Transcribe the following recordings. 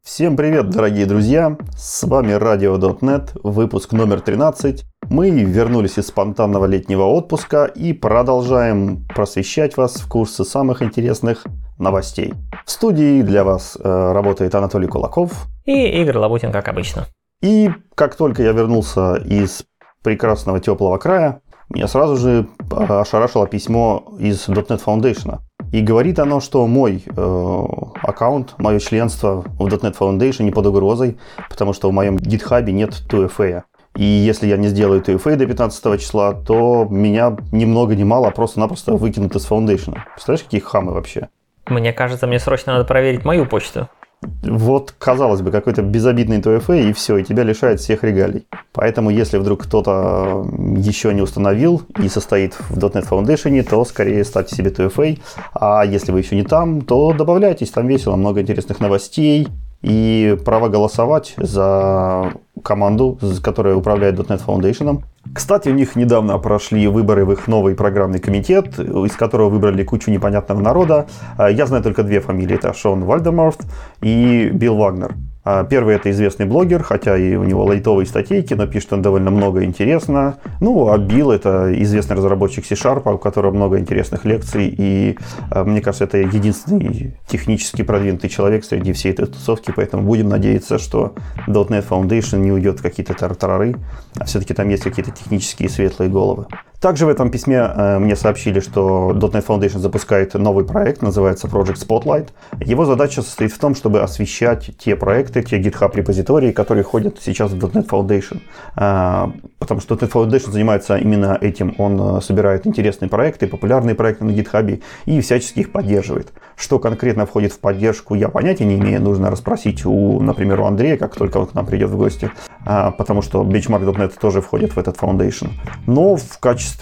Всем привет, дорогие друзья! С вами Radio.net, выпуск номер 13. Мы вернулись из спонтанного летнего отпуска и продолжаем просвещать вас в курсе самых интересных новостей. В студии для вас работает Анатолий Кулаков и Игорь Лабутин, как обычно. И как только я вернулся из прекрасного теплого края, меня сразу же ошарашило письмо из .NET Foundation. И говорит оно, что мой аккаунт, мое членство в .NET Foundation под угрозой, потому что в моем GitHub нет 2FA. И если я не сделаю 2FA до 15 числа, то меня ни много ни мало просто-напросто выкинут из Foundation. Представляешь, какие хамы вообще? Мне кажется, мне срочно надо проверить мою почту. Вот, казалось бы, какой-то безобидный 2FA, и все, и тебя лишает всех регалий. Поэтому, если вдруг кто-то еще не установил и состоит в .NET Foundation, то скорее ставьте себе 2FA. А если вы еще не там, то добавляйтесь, там весело, много интересных новостей. И право голосовать за команду, которая управляет .NET Foundation. Кстати, у них недавно прошли выборы в их новый программный комитет, из которого выбрали кучу непонятного народа. Я знаю только две фамилии. Это Шон Вальдеморт и Билл Вагнер. Первый — это известный блогер, хотя и у него лайтовые статейки, но пишет он довольно много интересно. Ну, а Билл — это известный разработчик C-Sharp, у которого много интересных лекций. И мне кажется, это единственный технически продвинутый человек среди всей этой тусовки, поэтому будем надеяться, что .NET Foundation не уйдет в какие-то тартарары, а все-таки там есть какие-то технические светлые головы. Также в этом письме мне сообщили, что .NET Foundation запускает новый проект, называется Project Spotlight. Его задача состоит в том, чтобы освещать те проекты, те GitHub-репозитории, которые ходят сейчас в .NET Foundation. Потому что .NET Foundation занимается именно этим. Он собирает интересные проекты, популярные проекты на GitHub и всячески их поддерживает. Что конкретно входит в поддержку, я понятия не имею. Нужно расспросить, например, у Андрея, как только он к нам придет в гости. Потому что Benchmark.net тоже входит в этот Foundation. Но в качестве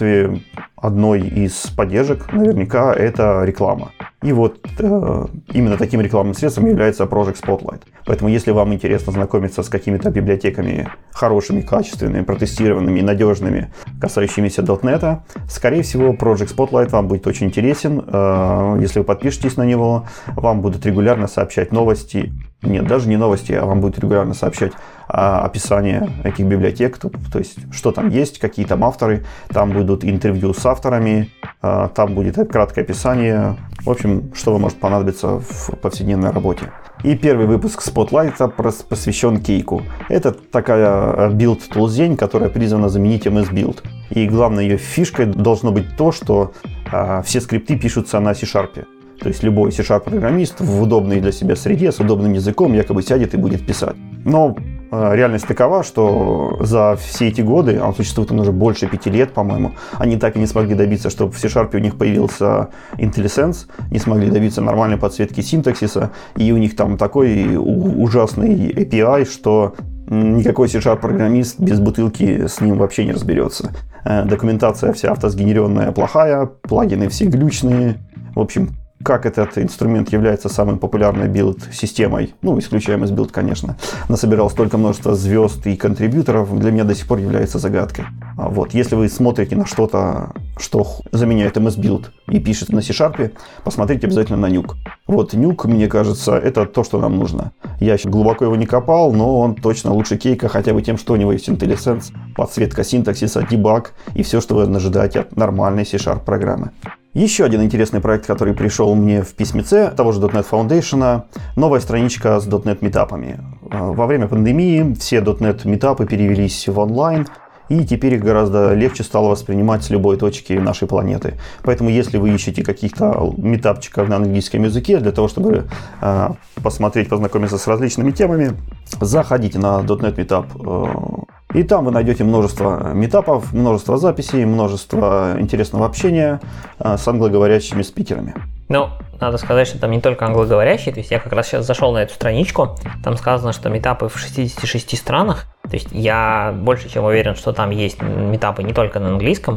одной из поддержек наверняка это реклама. И вот именно таким рекламным средством является Project Spotlight. Поэтому если вам интересно знакомиться с какими-то библиотеками хорошими, качественными, протестированными, надежными, касающимися .NET, скорее всего Project Spotlight вам будет очень интересен. Если вы подпишетесь на него, вам будут регулярно сообщать новости. Нет, даже не новости, а вам будет регулярно сообщать описание этих библиотек, то есть что там есть, какие там авторы, там будут интервью с авторами, там будет краткое описание, в общем, что вам может понадобиться в повседневной работе. И первый выпуск Spotlight посвящен Кейку. Это такая билд-тулзень, которая призвана заменить MS Build. И главной ее фишкой должно быть то, что все скрипты пишутся на C-Sharp. То есть любой C-Sharp-программист в удобной для себя среде, с удобным языком якобы сядет и будет писать. Но реальность такова, что за все эти годы, а он существует уже больше 5 лет, по-моему, они так и не смогли добиться, чтобы в C-Sharp у них появился IntelliSense, не смогли добиться нормальной подсветки синтаксиса, и у них там такой ужасный API, что никакой C-Sharp-программист без бутылки с ним вообще не разберется. Документация вся автосгенеренная плохая, плагины все глючные, в общем. Как этот инструмент является самой популярной билд-системой, исключая MS Build, конечно, насобирал столько множества звезд и контрибьюторов, для меня до сих пор является загадкой. Вот, если вы смотрите на что-то, что заменяет MS Build и пишет на C-Sharp, посмотрите обязательно на Nuke. Вот Nuke, мне кажется, это то, что нам нужно. Я еще глубоко его не копал, но он точно лучше Кейка, хотя бы тем, что у него есть IntelliSense, подсветка синтаксиса, дебаг и все, что вы ожидаете от нормальной C-Sharp программы. Еще один интересный проект, который пришел мне в письмеце того же .NET Foundation, новая страничка с .NET митапами. Во время пандемии все .NET митапы перевелись в онлайн, и теперь их гораздо легче стало воспринимать с любой точки нашей планеты. Поэтому если вы ищете каких-то митапчиков на английском языке для того, чтобы посмотреть, познакомиться с различными темами, заходите на .NET Meetup. И там вы найдете множество митапов, множество записей, множество интересного общения с англоговорящими спикерами. Ну, надо сказать, что там не только англоговорящие. То есть я как раз сейчас зашел на эту страничку. Там сказано, что митапы в 66 странах. То есть я больше чем уверен, что там есть митапы не только на английском.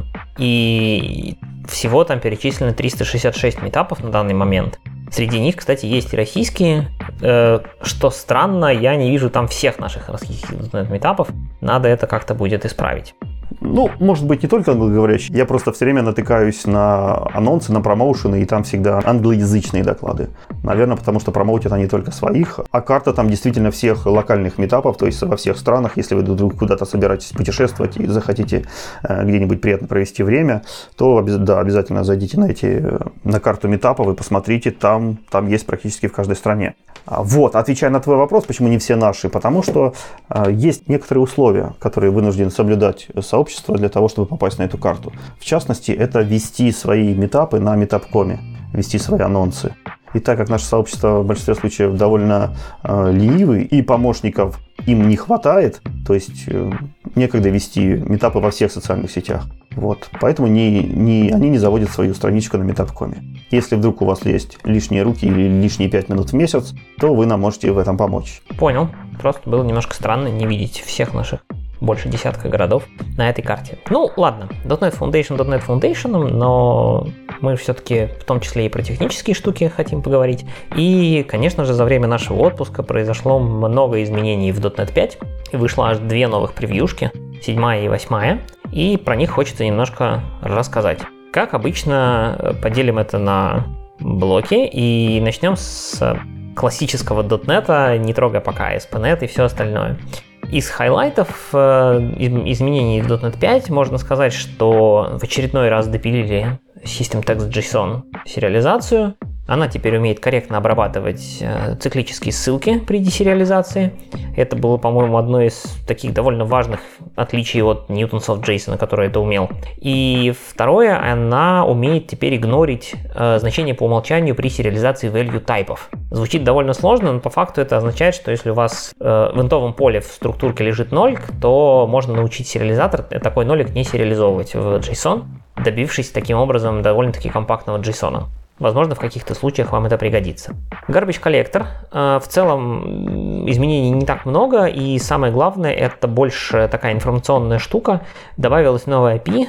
И всего там перечислено 366 митапов на данный момент. Среди них, кстати, есть и российские. Что странно, я не вижу там всех наших российских митапов. Надо это как-то будет исправить. Ну, может быть, не только англоговорящие. Я просто все время натыкаюсь на анонсы, на промоушены, и там всегда англоязычные доклады. Наверное, потому что промоутят они только своих. А карта там действительно всех локальных митапов, то есть во всех странах. Если вы вдруг куда-то собираетесь путешествовать и захотите где-нибудь приятно провести время, то да, обязательно зайдите на карту митапов и посмотрите. Там есть практически в каждой стране. Вот, отвечая на твой вопрос, почему не все наши, потому что есть некоторые условия, которые вынуждены соблюдать сообщество для того, чтобы попасть на эту карту. В частности, это вести свои митапы на Meetup.com, вести свои анонсы. И так как наше сообщество в большинстве случаев довольно ленивый и помощников им не хватает, то есть некогда вести митапы во всех социальных сетях. Вот. Поэтому они не заводят свою страничку на Meetup.com. Если вдруг у вас есть лишние руки или лишние 5 минут в месяц, то вы нам можете в этом помочь. Понял. Просто было немножко странно не видеть всех наших больше десятка городов на этой карте. Ну, ладно, .NET Foundation, но мы все-таки в том числе и про технические штуки хотим поговорить. И, конечно же, за время нашего отпуска произошло много изменений в .NET 5. И вышло аж 2 новых превьюшки, 7 и 8. И про них хочется немножко рассказать. Как обычно, поделим это на блоки и начнем с классического .NET, не трогая пока ASP.NET и все остальное. Из хайлайтов изменений в .NET 5 можно сказать, что в очередной раз допилили System Text JSON сериализацию. Она теперь умеет корректно обрабатывать циклические ссылки при десериализации. Это было, по-моему, одно из таких довольно важных отличий от Newtonsoft JSON, который это умел. И второе, она умеет теперь игнорить значение по умолчанию при сериализации value тайпов. Звучит довольно сложно, но по факту это означает, что если у вас в интовом поле в структурке лежит нолик, то можно научить сериализатор такой нолик не сериализовывать в JSON, добившись таким образом довольно-таки компактного JSON. Возможно, в каких-то случаях вам это пригодится. Garbage Collector. В целом изменений не так много, и самое главное, это больше такая информационная штука. Добавилась новая API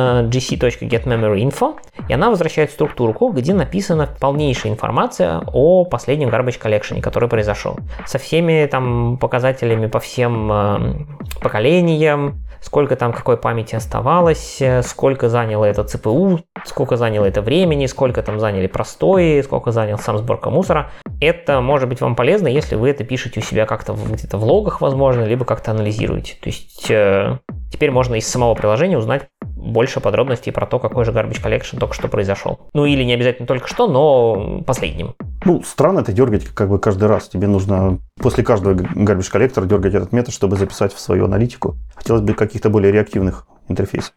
gc.getMemoryInfo, и она возвращает структурку, где написана полнейшая информация о последнем Garbage Collection, который произошел. Со всеми там показателями по всем поколениям, сколько там какой памяти оставалось, сколько заняло это ЦПУ, сколько заняло это времени, сколько там заняли простои, сколько занял сам сборка мусора. Это может быть вам полезно, если вы это пишете у себя как-то где-то в логах, возможно, либо как-то анализируете. То есть теперь можно из самого приложения узнать больше подробностей про то, какой же Garbage Collection только что произошел. Ну или не обязательно только что, но последним. Ну, странно это дергать как бы каждый раз. Тебе нужно после каждого Garbage Collector дергать этот метод, чтобы записать в свою аналитику. Хотелось бы каких-то более реактивных интерфейсов.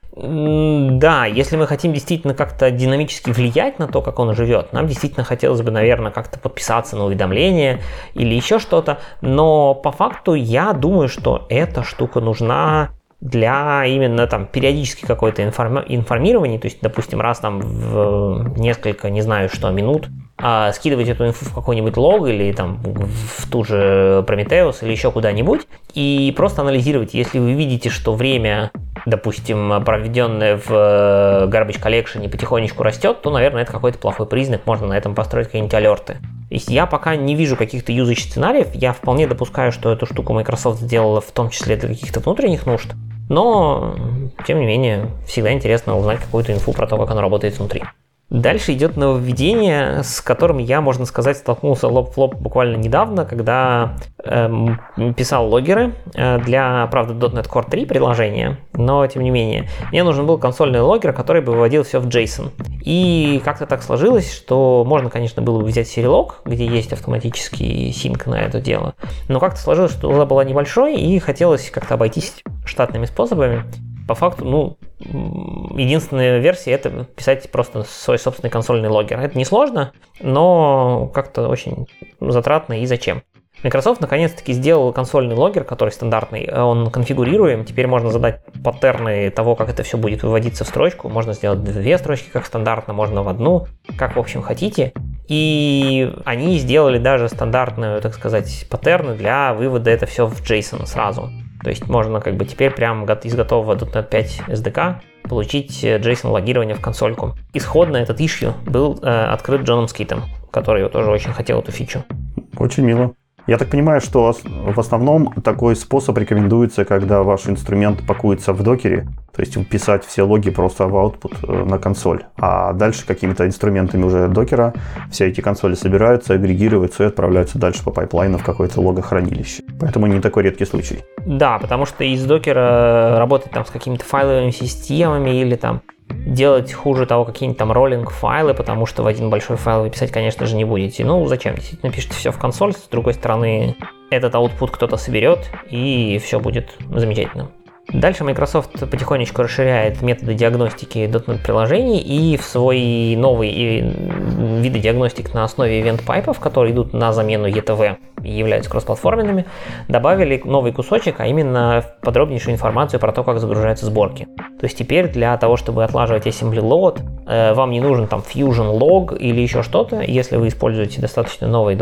Да, если мы хотим действительно как-то динамически влиять на то, как он живет, нам действительно хотелось бы, наверное, как-то подписаться на уведомления или еще что-то. Но по факту я думаю, что эта штука нужна для именно там периодически какое-то информирование, то есть, допустим, раз там в несколько, не знаю что, минут скидывать эту инфу в какой-нибудь лог или там в ту же Prometheus или еще куда-нибудь и просто анализировать. Если вы видите, что время, допустим, проведенное в Garbage Collection потихонечку растет, то, наверное, это какой-то плохой признак, можно на этом построить какие-нибудь алерты. Я пока не вижу каких-то usage сценариев, я вполне допускаю, что эту штуку Microsoft сделала в том числе для каких-то внутренних нужд, но, тем не менее, всегда интересно узнать какую-то инфу про то, как оно работает внутри. Дальше идет нововведение, с которым я, можно сказать, столкнулся лоб в лоб буквально недавно, когда писал логеры для, правда, .NET Core 3 приложения, но, тем не менее, мне нужен был консольный логер, который бы выводил все в JSON. И как-то так сложилось, что можно, конечно, было бы взять Serilog, где есть автоматический синк на это дело, но как-то сложилось, что лог была небольшой, и хотелось как-то обойтись штатными способами. По факту, единственная версия — это писать просто свой собственный консольный логер. Это несложно, но как-то очень затратно и зачем. Microsoft наконец-таки сделал консольный логер, который стандартный, он конфигурируем, теперь можно задать паттерны того, как это все будет выводиться в строчку, можно сделать 2 строчки как стандартно, можно в одну, как в общем хотите. И они сделали даже стандартную, так сказать, паттерны для вывода это все в JSON сразу. То есть можно как бы теперь прямо из готового .NET 5 SDK получить JSON-логирование в консольку. Исходно этот issue был открыт Джоном Скитом, который тоже очень хотел эту фичу. Очень мило. Я так понимаю, что в основном такой способ рекомендуется, когда ваш инструмент пакуется в докере, то есть писать все логи просто в output на консоль. А дальше какими-то инструментами уже докера все эти консоли собираются, агрегируются и отправляются дальше по пайплайну в какое-то логохранилище. Поэтому не такой редкий случай. Да, потому что из докера работать там с какими-то файловыми системами или там делать хуже того какие-нибудь там роллинг-файлы, потому что в один большой файл вы писать, конечно же, не будете. Ну, зачем? Действительно, пишите все в консоль, с другой стороны, этот output кто-то соберет, и все будет замечательно. Дальше Microsoft потихонечку расширяет методы диагностики .NET приложений и в свои новые виды диагностик на основе event-пайпов, которые идут на замену ETV и являются кроссплатформенными, добавили новый кусочек, а именно подробнейшую информацию про то, как загружаются сборки. То есть теперь для того, чтобы отлаживать assembly load, вам не нужен там Fusion Log или еще что-то. Если вы используете достаточно новый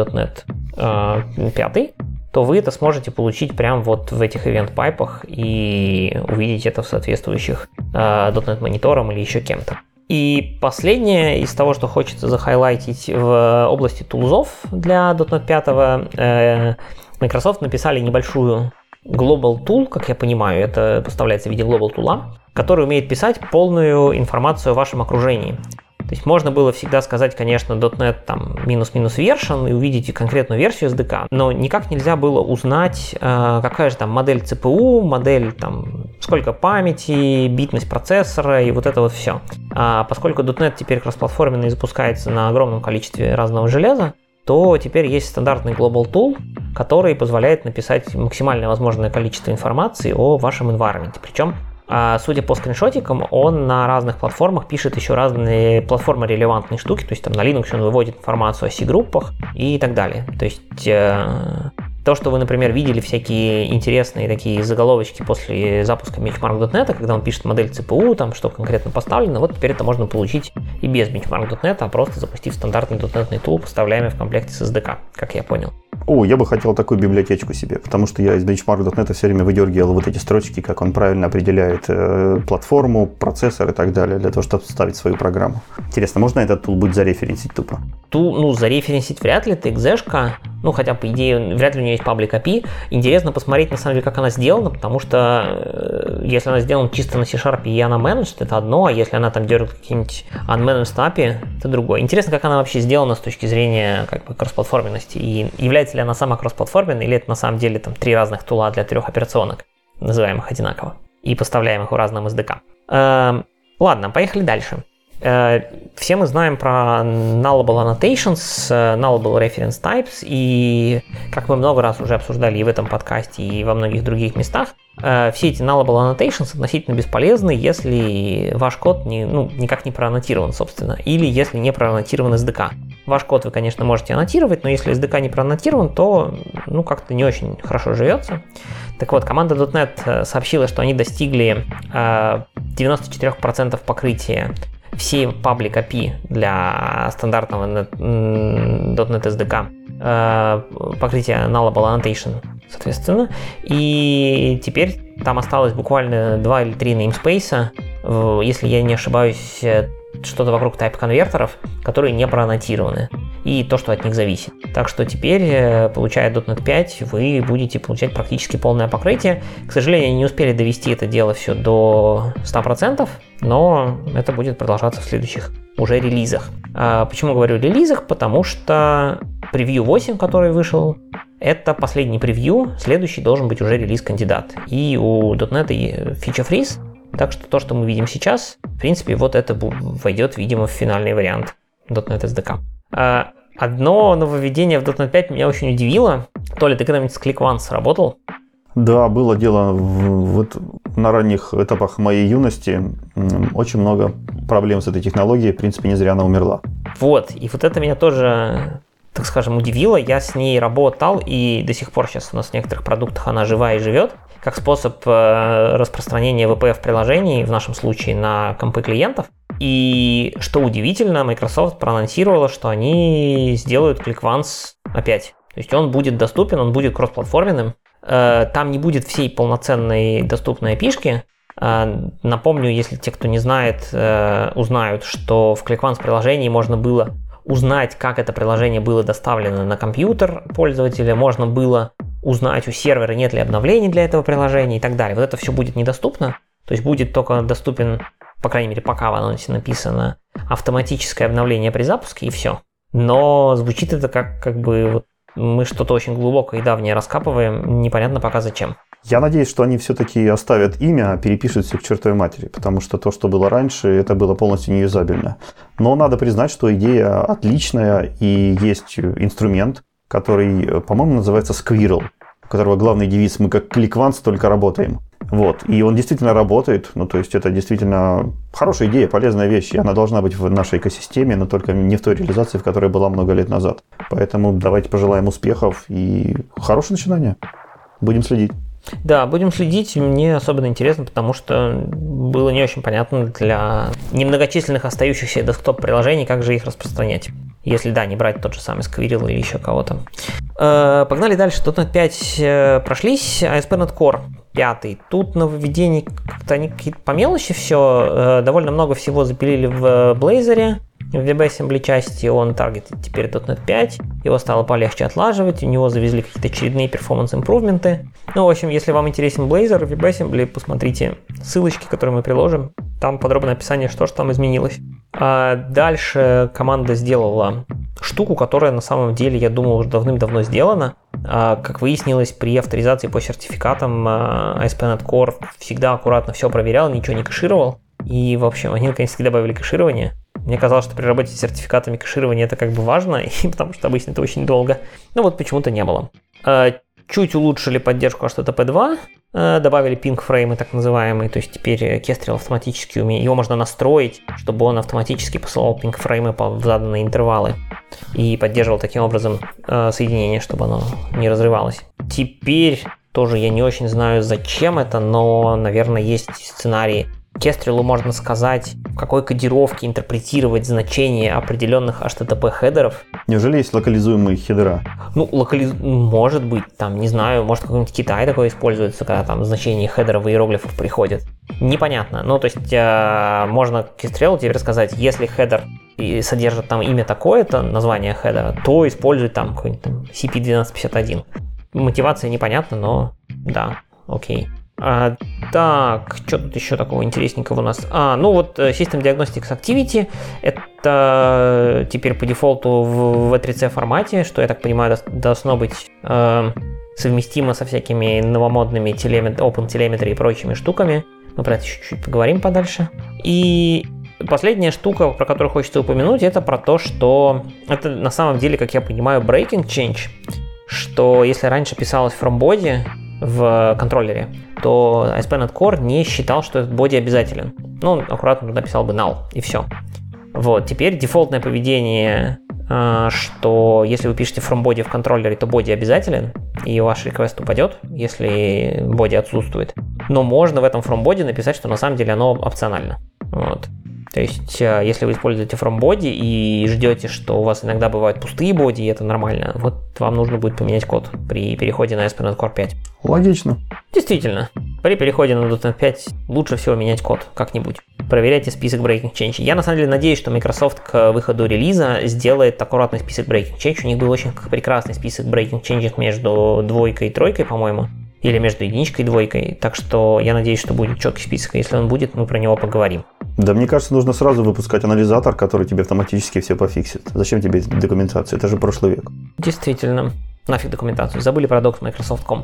.NET 5, то вы это сможете получить прямо вот в этих event-пайпах и увидеть это в соответствующих .NET монитором или еще кем-то. И последнее из того, что хочется захайлайтить в области тулзов для .NET 5, Microsoft написали небольшую Global Tool, как я понимаю, это поставляется в виде Global Tool, который умеет писать полную информацию о вашем окружении. То есть можно было всегда сказать, конечно, .NET там минус-минус version и увидеть конкретную версию SDK, но никак нельзя было узнать, какая же там модель CPU, модель там, сколько памяти, битность процессора и вот это вот все. А поскольку .NET теперь кроссплатформенный и запускается на огромном количестве разного железа, то теперь есть стандартный Global Tool, который позволяет написать максимальное возможное количество информации о вашем environment. Причем, судя по скриншотикам, он на разных платформах пишет еще разные платформо-релевантные штуки, то есть там на Linux он выводит информацию о C-группах и так далее. То есть то, что вы, например, видели всякие интересные такие заголовочки после запуска Benchmark.net, когда он пишет модель CPU, там что конкретно поставлено, вот теперь это можно получить и без Benchmark.net, а просто запустив стандартный .NET tool, поставляемый в комплекте с SDK, как я понял. О, я бы хотел такую библиотечку себе, потому что я из Benchmark.net все время выдергивал вот эти строчки, как он правильно определяет платформу, процессор и так далее, для того, чтобы ставить свою программу. Интересно, можно этот тул будет зареференсить тупо? Зареференсить вряд ли, это .exe-шка, хотя, по идее, вряд ли у нее есть public API. Интересно посмотреть, на самом деле, как она сделана, потому что если она сделана чисто на C# и она managed, это одно, а если она там держит какие-нибудь unmanaged API, это другое. Интересно, как она вообще сделана с точки зрения кроссплатформенности, и является ли она сама кроссплатформенной, или это на самом деле там 3 разных тула для 3 операционок, называемых одинаково, и поставляемых в разном SDK. Ладно, поехали дальше. Все мы знаем про nullable annotations, nullable reference types, и как мы много раз уже обсуждали и в этом подкасте, и во многих других местах, все эти nullable annotations относительно бесполезны, если ваш код никак не проаннотирован, собственно, или если не проаннотирован SDK. Ваш код вы, конечно, можете аннотировать, но если SDK не проаннотирован, то как-то не очень хорошо живется. Так вот, команда .NET сообщила, что они достигли 94% покрытия всей Public API для стандартного .NET SDK, покрытие Nullable Annotation, соответственно. И теперь там осталось буквально 2 или 3 namespace, если я не ошибаюсь, что-то вокруг type-конвертеров, которые не проаннотированы, и то, что от них зависит. Так что теперь, получая .NET 5, вы будете получать практически полное покрытие. К сожалению, они не успели довести это дело все до 100%, но это будет продолжаться в следующих уже релизах. Почему говорю релизах? Потому что превью 8, который вышел, это последний превью, следующий должен быть уже релиз-кандидат. И у .NET feature freeze, так что то, что мы видим сейчас, в принципе, вот это войдет, видимо, в финальный вариант .NET SDK. Одно нововведение в .NET 5 меня очень удивило. Толя, ты когда-нибудь с ClickOnce работал? Да, было дело вот на ранних этапах моей юности. Очень много проблем с этой технологией. В принципе, не зря она умерла. Вот, и вот это меня тоже, так скажем, удивило. Я с ней работал, и до сих пор сейчас у нас в некоторых продуктах она жива и живет, как способ распространения VPF-приложений, в нашем случае на компы клиентов. И что удивительно, Microsoft проанонсировала, что они сделают ClickOnce опять. То есть он будет доступен, он будет кроссплатформенным. Там не будет всей полноценной доступной API-шки. Напомню, если те, кто не знает, узнают, что в ClickOnce приложении можно было узнать, как это приложение было доставлено на компьютер пользователя, можно было узнать у сервера, нет ли обновлений для этого приложения и так далее. Вот это все будет недоступно, то есть будет только доступен, по крайней мере, пока в анонсе написано, автоматическое обновление при запуске и все. Но звучит это как бы вот мы что-то очень глубокое и давнее раскапываем, непонятно пока зачем. Я надеюсь, что они все-таки оставят имя, перепишут все к чертовой матери, потому что то, что было раньше, это было полностью неюзабельно. Но надо признать, что идея отличная, и есть инструмент, который, по-моему, называется Squirrel, у которого главный девиз «Мы как ClickOnce, только работаем». Вот. И он действительно работает, то есть это действительно хорошая идея, полезная вещь, и она должна быть в нашей экосистеме, но только не в той реализации, в которой была много лет назад. Поэтому давайте пожелаем успехов и хорошее начинание. Будем следить. Да, будем следить. Мне особенно интересно, потому что было не очень понятно для немногочисленных остающихся десктоп-приложений, как же их распространять. Если, да, не брать тот же самый Squirrel или еще кого-то. Погнали дальше. .NET 5 прошлись, ASP.NET Core 5. Тут нововведений как-то они какие-то по мелочи все. Довольно много всего запилили в Blazor. В WebAssembly части он таргетит теперь .NET 5, его стало полегче отлаживать, у него завезли какие-то очередные перформанс-импрувменты. В общем, если вам интересен Blazor в WebAssembly, посмотрите ссылочки, которые мы приложим, там подробное описание, что же там изменилось. А дальше команда сделала штуку, которая на самом деле, я думал, уже давным-давно сделана. Как выяснилось, при авторизации по сертификатам ASP.NET Core всегда аккуратно все проверял, ничего не кэшировал. И, в общем, они наконец-таки добавили кэширование. Мне казалось, что при работе с сертификатами кэширование это как бы важно, потому что обычно это очень долго. Но вот почему-то не было. Чуть улучшили поддержку HTTP 2, добавили ping-фреймы так называемые, то есть теперь Kestrel автоматически умеет, его можно настроить, чтобы он автоматически посылал ping-фреймы в заданные интервалы и поддерживал таким образом соединение, чтобы оно не разрывалось. Теперь тоже я не очень знаю, зачем это, но, наверное, есть сценарии. Kestrel можно сказать, в какой кодировке интерпретировать значение определенных HTTP-хедеров. Неужели есть локализуемые хедера? Может быть, там, не знаю, может какой-нибудь Китай такой используется, когда там значение хедеров и иероглифов приходят. Непонятно. То есть можно Kestrel теперь сказать, если хедер содержит там имя такое-то, название хедера, то используй там какой-нибудь там CP1251. Мотивация непонятна, но да, окей. Так, что тут еще такого интересненького у нас? System Diagnostics Activity. Это теперь по дефолту в V3C формате, что, я так понимаю, должно быть совместимо со всякими новомодными OpenTelemetry и прочими штуками. Мы про это еще чуть-чуть поговорим подальше. И последняя штука, про которую хочется упомянуть, это про то, что это на самом деле, как я понимаю, breaking change, что если раньше писалось from body в контроллере, то ASP.NET Core не считал, что этот body обязателен. Аккуратно туда писал бы null, и все. Вот, теперь дефолтное поведение, что если вы пишете from body в контроллере, то body обязателен, и ваш request упадет, если body отсутствует. Но можно в этом from body написать, что на самом деле оно опционально. Вот. То есть, если вы используете from body и ждете, что у вас иногда бывают пустые боди, и это нормально, вот вам нужно будет поменять код при переходе на ASP.NET Core 5. Логично. Действительно. При переходе на .NET 5 лучше всего менять код как-нибудь. Проверяйте список breaking change. Я на самом деле надеюсь, что Microsoft к выходу релиза сделает аккуратный список breaking change. У них был очень прекрасный список breaking change между 2 и 3, по-моему. Или между 1 и 2. Так что я надеюсь, что будет четкий список. Если он будет, мы про него поговорим. Да, мне кажется, нужно сразу выпускать анализатор, который тебе автоматически все пофиксит. Зачем тебе документация? Это же прошлый век. Действительно. Нафиг документацию. Забыли про докс Microsoft.com.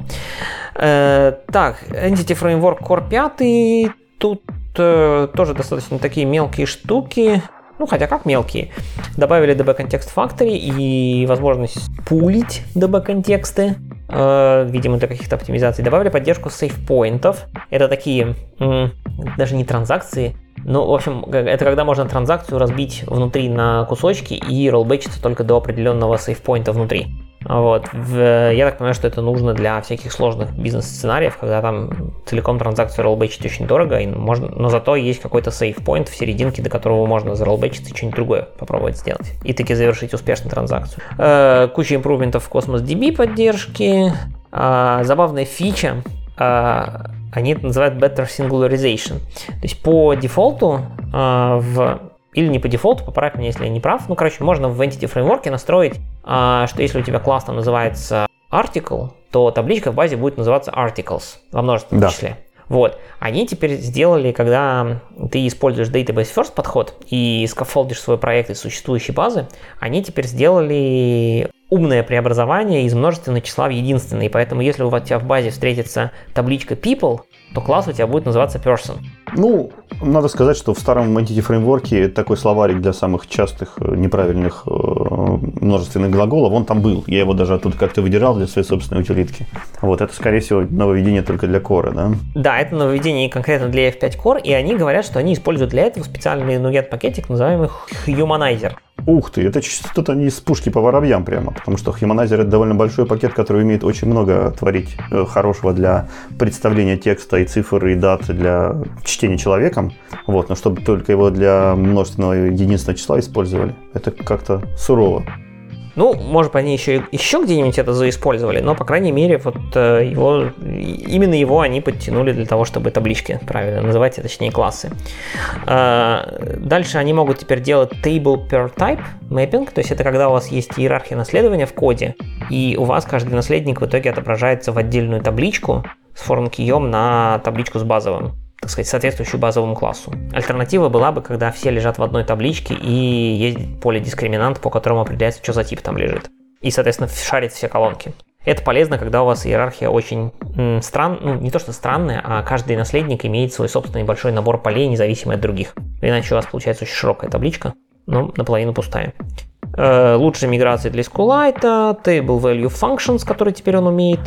Так, Entity Framework Core 5. Тут тоже достаточно такие мелкие штуки. Хотя как мелкие. Добавили DB Context Factory и возможность пулить DB контексты. Видимо, для каких-то оптимизаций. Добавили поддержку сейфпоинтов. Это такие, даже не транзакции, в общем, это когда можно транзакцию разбить внутри на кусочки и роллбэчиться только до определенного сейфпоинта внутри. Вот. Я так понимаю, что это нужно для всяких сложных бизнес-сценариев, когда там целиком транзакцию роллбэчить очень дорого, но зато есть какой-то сейфпоинт в серединке, до которого можно зароллбэчиться и что-нибудь другое попробовать сделать. И таки завершить успешно транзакцию. Куча импрувментов в Cosmos DB поддержки. Забавная фича. Они это называют Better Singularization. То есть по дефолту в или не по дефолту, поправь меня, если я не прав. Ну, короче, можно в Entity Framework настроить, что если у тебя класс там называется Article, то табличка в базе будет называться Articles во множественном числе. Вот. Они теперь сделали, когда ты используешь Database First подход и скаффолдишь свой проект из существующей базы, они теперь сделали умное преобразование из множественного числа в единственное. И поэтому, если у тебя в базе встретится табличка People, то класс у тебя будет называться Person. Ну, надо сказать, что в старом Entity Framework такой словарик для самых частых неправильных множественных глаголов, он там был. Я его даже оттуда как-то выдирал для своей собственной утилитки. Вот, это, скорее всего, нововведение только для Core, да? Да, это нововведение конкретно для F5 Core, и они говорят, что они используют для этого специальный NuGet-пакетик, называемый Humanizer. Ух ты, это что-то не из пушки по воробьям прямо, потому что Humanizer — это довольно большой пакет, который умеет очень много творить хорошего для представления текста и цифр, и дат для чтения человеком, вот, но чтобы только его для множественного единственного числа использовали, это как-то сурово. Ну, может быть, они еще где-нибудь это заиспользовали, но, по крайней мере, вот именно его они подтянули для того, чтобы таблички правильно называть, а точнее классы. Дальше они могут теперь делать table per type mapping, то есть это когда у вас есть иерархия наследования в коде, и у вас каждый наследник в итоге отображается в отдельную табличку с foreign key'ем на табличку с базовым, так сказать, соответствующую базовому классу. Альтернатива была бы, когда все лежат в одной табличке и есть поле дискриминант, по которому определяется, что за тип там лежит. И, соответственно, шарит все колонки. Это полезно, когда у вас иерархия очень не то что странная, а каждый наследник имеет свой собственный большой набор полей, независимый от других. Иначе у вас получается очень широкая табличка, но наполовину пустая. Лучшие миграции для SQLite, Table Value Functions, который теперь он умеет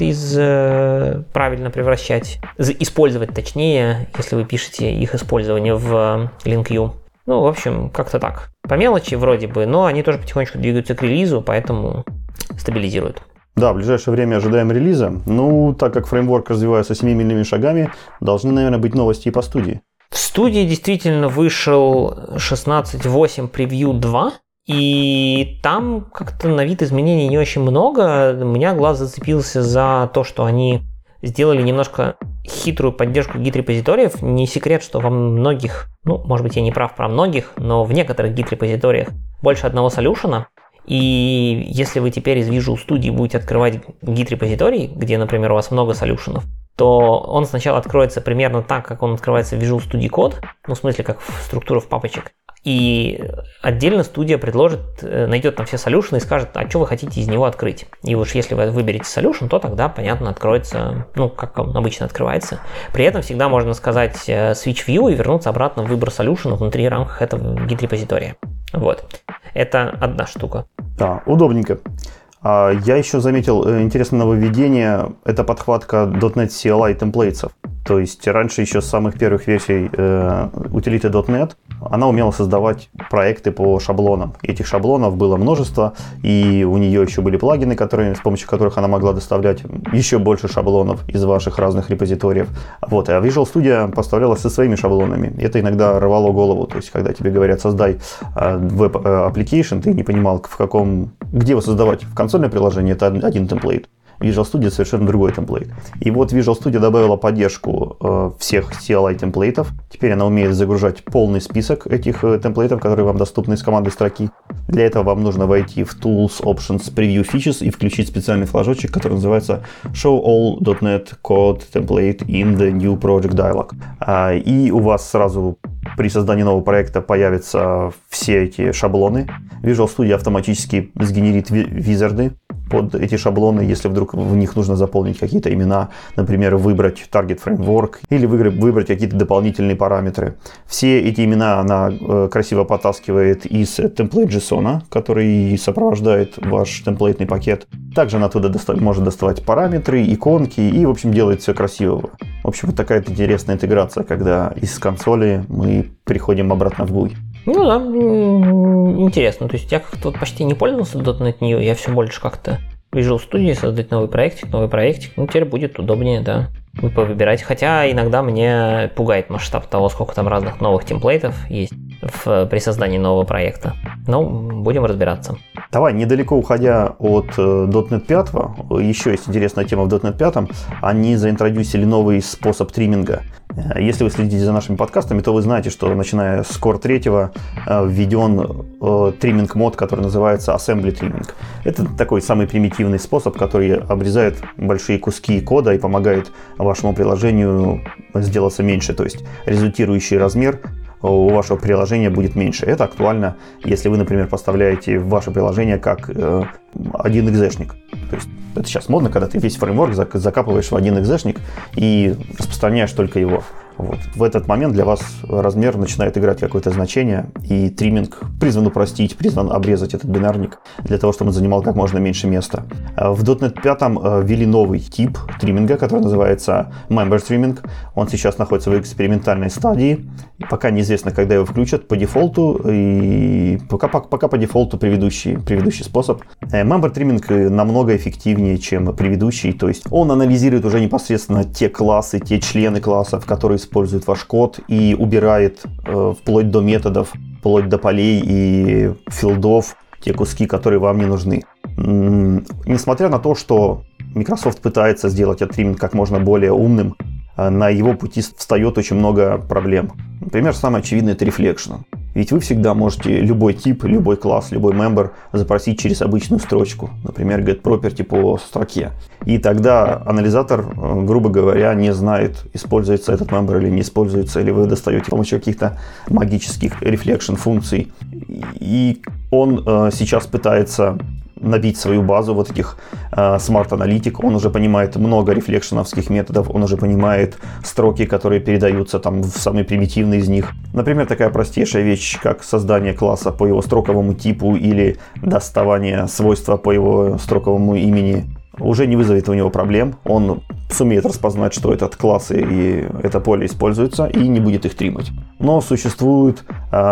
правильно использовать точнее, если вы пишете их использование в LinkU. Ну, в общем, как-то так. По мелочи вроде бы, но они тоже потихонечку двигаются к релизу, поэтому стабилизируют. Да, в ближайшее время ожидаем релиза. Ну, так как фреймворк развивается семимильными шагами, должны, наверное, быть новости и по студии. В студии действительно вышел 16.8 Preview 2. И там как-то на вид изменений не очень много. У меня глаз зацепился за то, что они сделали немножко хитрую поддержку гид-репозиториев. Не секрет, что во многих, может быть, я не прав про многих, но в некоторых гид-репозиториях больше одного солюшена. И если вы теперь из Visual Studio будете открывать гид-репозиторий, где, например, у вас много солюшенов, то он сначала откроется примерно так, как он открывается в Visual Studio Code, в смысле, как структура в папочек. И отдельно студия найдет там все солюшены и скажет, а что вы хотите из него открыть. И уж если вы выберете солюшен, то тогда, понятно, откроется, как он обычно открывается. При этом всегда можно сказать switch view и вернуться обратно в выбор солюшена внутри рамках этого гид-репозитория. Вот. Это одна штука. Да, удобненько. Я еще заметил интересное нововведение. Это подхватка .NET CLI темплейтсов. То есть раньше еще с самых первых версий утилиты .NET она умела создавать проекты по шаблонам. Этих шаблонов было множество, и у нее еще были плагины, с помощью которых она могла доставлять еще больше шаблонов из ваших разных репозиториев. Вот. А Visual Studio поставлялась со своими шаблонами. Это иногда рвало голову. То есть, когда тебе говорят, создай веб-аппликейшн, ты не понимал, где его создавать. В консольное приложение это один темплейт. Visual Studio совершенно другой темплейт. И вот Visual Studio добавила поддержку всех CLI темплейтов. Теперь она умеет загружать полный список этих темплейтов, которые вам доступны из командной строки. Для этого вам нужно войти в Tools, Options, Preview Features и включить специальный флажочек, который называется Show All .NET Code Template in the New Project Dialog. И у вас сразу при создании нового проекта появятся все эти шаблоны. Visual Studio автоматически сгенерит визарды под эти шаблоны, если вдруг в них нужно заполнить какие-то имена, например, выбрать Target Framework или выбрать какие-то дополнительные параметры. Все эти имена она красиво потаскивает из template.json, который сопровождает ваш темплейтный пакет. Также она туда может доставать параметры, иконки и, в общем, делает все красиво. В общем, вот такая интересная интеграция, когда из консоли мы переходим обратно в GUI. Ну да, интересно. То есть я как-то почти не пользовался .NET New, я все больше как-то Visual Studio создать новый проектик. Теперь будет удобнее, да, повыбирать. Хотя иногда мне пугает масштаб того, сколько там разных новых темплейтов есть. при создании нового проекта. Но будем разбираться. Давай, недалеко уходя от .NET 5, еще есть интересная тема в .NET 5. Они заинтродюсили новый способ тримминга. Если вы следите за нашими подкастами, то вы знаете, что начиная с Core 3 введен тримминг-мод, который называется Assembly Trimming. Это такой самый примитивный способ, который обрезает большие куски кода и помогает вашему приложению сделаться меньше. То есть результирующий размер у вашего приложения будет меньше. Это актуально, если вы, например, поставляете в ваше приложение как один экзешник. То есть это сейчас модно, когда ты весь фреймворк закапываешь в один экзешник и распространяешь только его. Вот. В этот момент для вас размер начинает играть какое-то значение, и тримминг призван упростить, призван обрезать этот бинарник для того, чтобы он занимал как можно меньше места. В .NET 5 ввели новый тип тримминга, который называется Member Trimming. Он сейчас находится в экспериментальной стадии. Пока неизвестно, когда его включат по дефолту, и пока по дефолту предыдущий способ. Member Trimming намного эффективнее, чем предыдущий, то есть он анализирует уже непосредственно те классы, те члены классов, которые использует ваш код, и убирает вплоть до методов, вплоть до полей и филдов те куски, которые вам не нужны. Несмотря на то, что Microsoft пытается сделать этот тримминг как можно более умным, на его пути встает очень много проблем. Например, самое очевидное – это reflection. Ведь вы всегда можете любой тип, любой класс, любой member запросить через обычную строчку, например, getProperty по строке. И тогда анализатор, грубо говоря, не знает, используется этот member или не используется, или вы достаете с помощью каких-то магических reflection функций. И он сейчас пытается набить свою базу вот этих смарт-аналитик. Он уже понимает много рефлекшеновских методов, он уже понимает строки, которые передаются там в самый примитивный из них. Например, такая простейшая вещь, как создание класса по его строковому типу или доставание свойства по его строковому имени, уже не вызовет у него проблем. Он сумеет распознать, что этот класс и это поле используются, и не будет их триммать. Но существует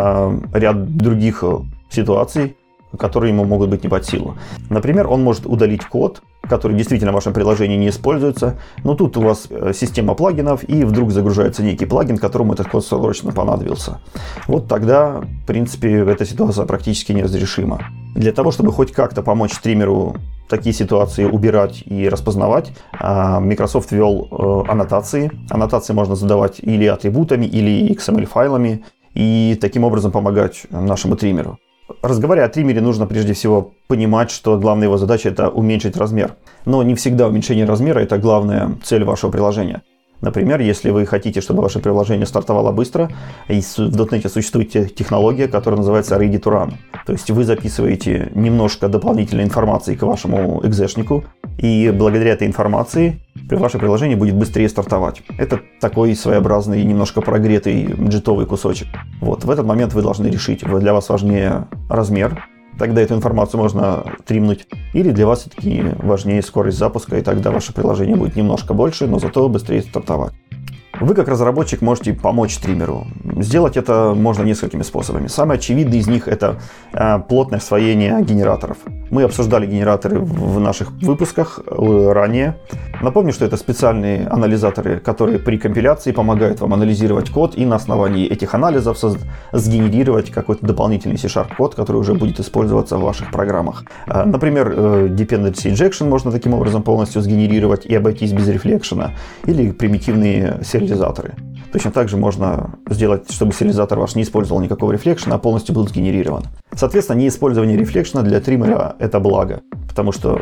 ряд других ситуаций, которые ему могут быть не под силу. Например, он может удалить код, который действительно в вашем приложении не используется, но тут у вас система плагинов, и вдруг загружается некий плагин, которому этот код срочно понадобился. Вот тогда, в принципе, эта ситуация практически неразрешима. Для того, чтобы хоть как-то помочь триммеру такие ситуации убирать и распознавать, Microsoft ввел аннотации. Аннотации можно задавать или атрибутами, или XML-файлами, и таким образом помогать нашему триммеру. Разговаривая о триммере, нужно прежде всего понимать, что главная его задача – это уменьшить размер. Но не всегда уменьшение размера – это главная цель вашего приложения. Например, если вы хотите, чтобы ваше приложение стартовало быстро, в .NET существует технология, которая называется Ready to Run. То есть вы записываете немножко дополнительной информации к вашему экзешнику, и благодаря этой информации ваше приложение будет быстрее стартовать. Это такой своеобразный, немножко прогретый джитовый кусочек. Вот в этот момент вы должны решить, для вас важнее размер, тогда эту информацию можно тримнуть, или для вас все-таки важнее скорость запуска, и тогда ваше приложение будет немножко больше, но зато быстрее стартовать. Вы как разработчик можете помочь триммеру. Сделать это можно несколькими способами. Самый очевидный из них – это плотное освоение генераторов. Мы обсуждали генераторы в наших выпусках ранее. Напомню, что это специальные анализаторы, которые при компиляции помогают вам анализировать код и на основании этих анализов сгенерировать какой-то дополнительный C# код, который уже будет использоваться в ваших программах. Например, Dependency Injection можно таким образом полностью сгенерировать и обойтись без рефлекшена, или примитивные сериализаторы. Точно так же можно сделать, чтобы сериализатор ваш не использовал никакого рефлекшена, а полностью был сгенерирован. Соответственно, неиспользование рефлекшена для триммера – это благо, потому что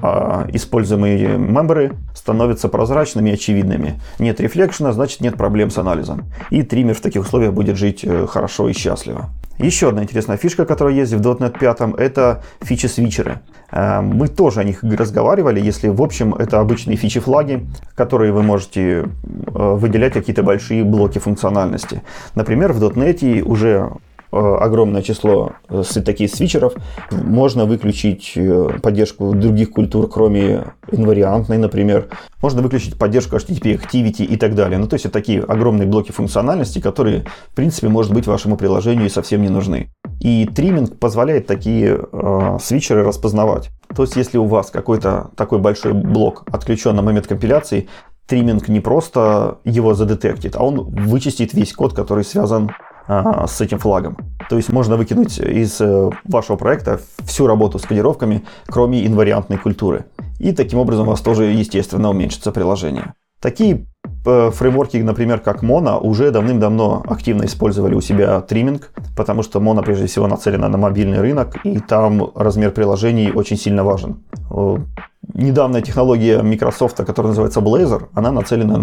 используемые мемберы становятся прозрачными и очевидными. Нет рефлекшена, значит нет проблем с анализом. И триммер в таких условиях будет жить хорошо и счастливо. Еще одна интересная фишка, которая есть в .NET 5, это фичи-свитчеры. Мы тоже о них разговаривали, если в общем это обычные фичи-флаги, которые вы можете выделять какие-то большие блоки функциональности. Например, в .NET уже огромное число таких свитчеров. Можно выключить поддержку других культур, кроме инвариантной, например. Можно выключить поддержку HTTP Activity и так далее. Ну, то есть это такие огромные блоки функциональности, которые, в принципе, может быть, вашему приложению совсем не нужны. И тримминг позволяет такие свитчеры распознавать. То есть если у вас какой-то такой большой блок отключен на момент компиляции, тримминг не просто его задетектит, а он вычистит весь код, который связан с этим флагом. То есть можно выкинуть из вашего проекта всю работу с кодировками, кроме инвариантной культуры. И таким образом у вас тоже, естественно, уменьшится приложение. Такие фреймворки, например, как Mono, уже давным-давно активно использовали у себя тримминг, потому что Mono прежде всего нацелена на мобильный рынок, и там размер приложений очень сильно важен. Недавняя технология Microsoft, которая называется Blazor, она нацелена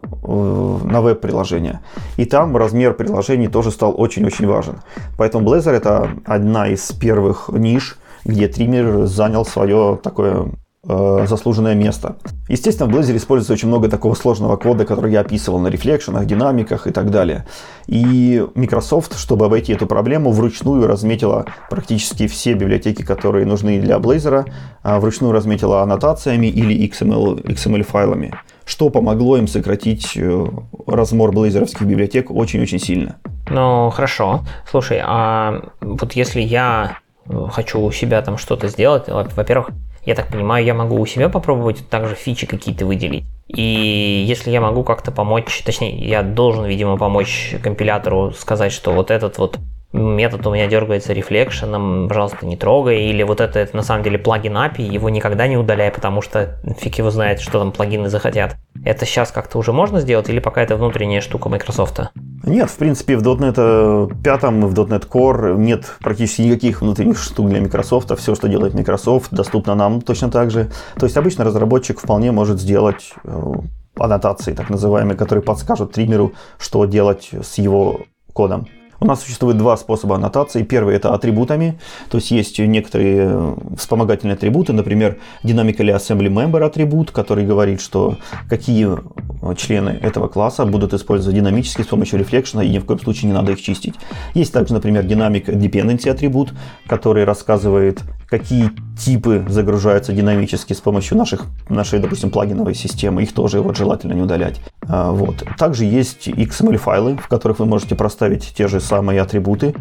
на веб-приложения. И там размер приложений тоже стал очень-очень важен. Поэтому Blazor — это одна из первых ниш, где триммер занял свое такое заслуженное место. Естественно, в Blazor используется очень много такого сложного кода, который я описывал на рефлекшенах, динамиках и так далее. И Microsoft, чтобы обойти эту проблему, вручную разметила практически все библиотеки, которые нужны для Blazor, вручную разметила аннотациями или XML-файлами, что помогло им сократить размер блейзеровских библиотек очень-очень сильно. Ну, хорошо. Слушай, а вот если я хочу у себя там что-то сделать, во-первых, я так понимаю, я могу у себя попробовать также фичи какие-то выделить. И если я могу как-то помочь, точнее, я должен, видимо, помочь компилятору сказать, что вот этот вот метод у меня дергается рефлекшеном, пожалуйста, не трогай, или вот это на самом деле плагин API, его никогда не удаляй, потому что фиг его знает, что там плагины захотят. Это сейчас как-то уже можно сделать, или пока это внутренняя штука Microsoft? Нет, в принципе, в .NET 5, в .NET Core нет практически никаких внутренних штук для Microsoft. Все, что делает Microsoft, доступно нам точно так же. То есть обычно разработчик вполне может сделать аннотации, так называемые, которые подскажут триммеру, что делать с его кодом. У нас существует два способа аннотации. Первый — это атрибутами, то есть есть некоторые вспомогательные атрибуты, например, Dynamically Assembly Member атрибут, который говорит, что какие члены этого класса будут использоваться динамически с помощью рефлекшена, и ни в коем случае не надо их чистить. Есть также, например, Dynamic Dependency атрибут, который рассказывает, какие типы загружаются динамически с помощью нашей, допустим, плагиновой системы. Их тоже желательно не удалять. Вот. Также есть XML-файлы, в которых вы можете проставить те же самые атрибуты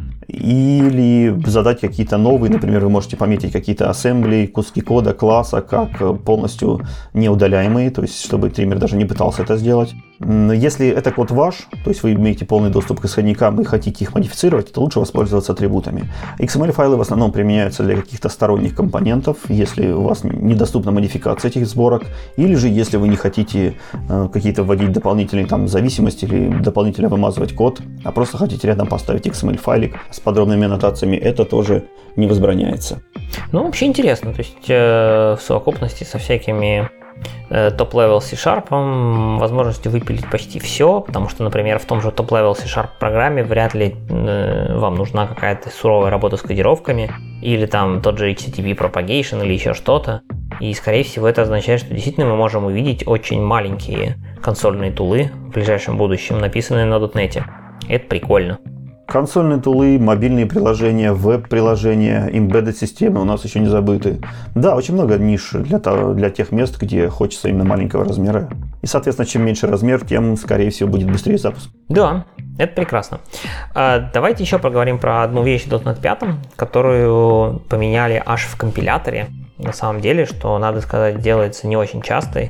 или задать какие-то новые. Например, вы можете пометить какие-то ассембли, куски кода, класса, как полностью неудаляемые, то есть чтобы триммер даже не пытался это сделать. Если это код ваш, то есть вы имеете полный доступ к исходникам и хотите их модифицировать, то лучше воспользоваться атрибутами. XML-файлы в основном применяются для каких-то сторонних компонентов, если у вас недоступна модификация этих сборок, или же если вы не хотите какие-то вводить дополнительные там зависимости или дополнительно вымазывать код, а просто хотите рядом поставить XML-файлик с подробными аннотациями, это тоже не возбраняется. Ну, вообще интересно, то есть в совокупности со всякими топ-левел C-Sharp возможностью выпилить почти все, потому что, например, в том же топ-левел C-Sharp программе вряд ли вам нужна какая-то суровая работа с кодировками или там тот же HTTP propagation или еще что-то. И, скорее всего, это означает, что действительно мы можем увидеть очень маленькие консольные тулы в ближайшем будущем, написанные на .NET. Это прикольно. Консольные тулы, мобильные приложения, веб-приложения, embedded системы у нас еще не забыты. Да, очень много ниш для тех мест, где хочется именно маленького размера. И, соответственно, чем меньше размер, тем, скорее всего, будет быстрее запуск. Да, это прекрасно. Давайте еще поговорим про одну вещь в .NET 5, которую поменяли аж в компиляторе. На самом деле, что, надо сказать, делается не очень часто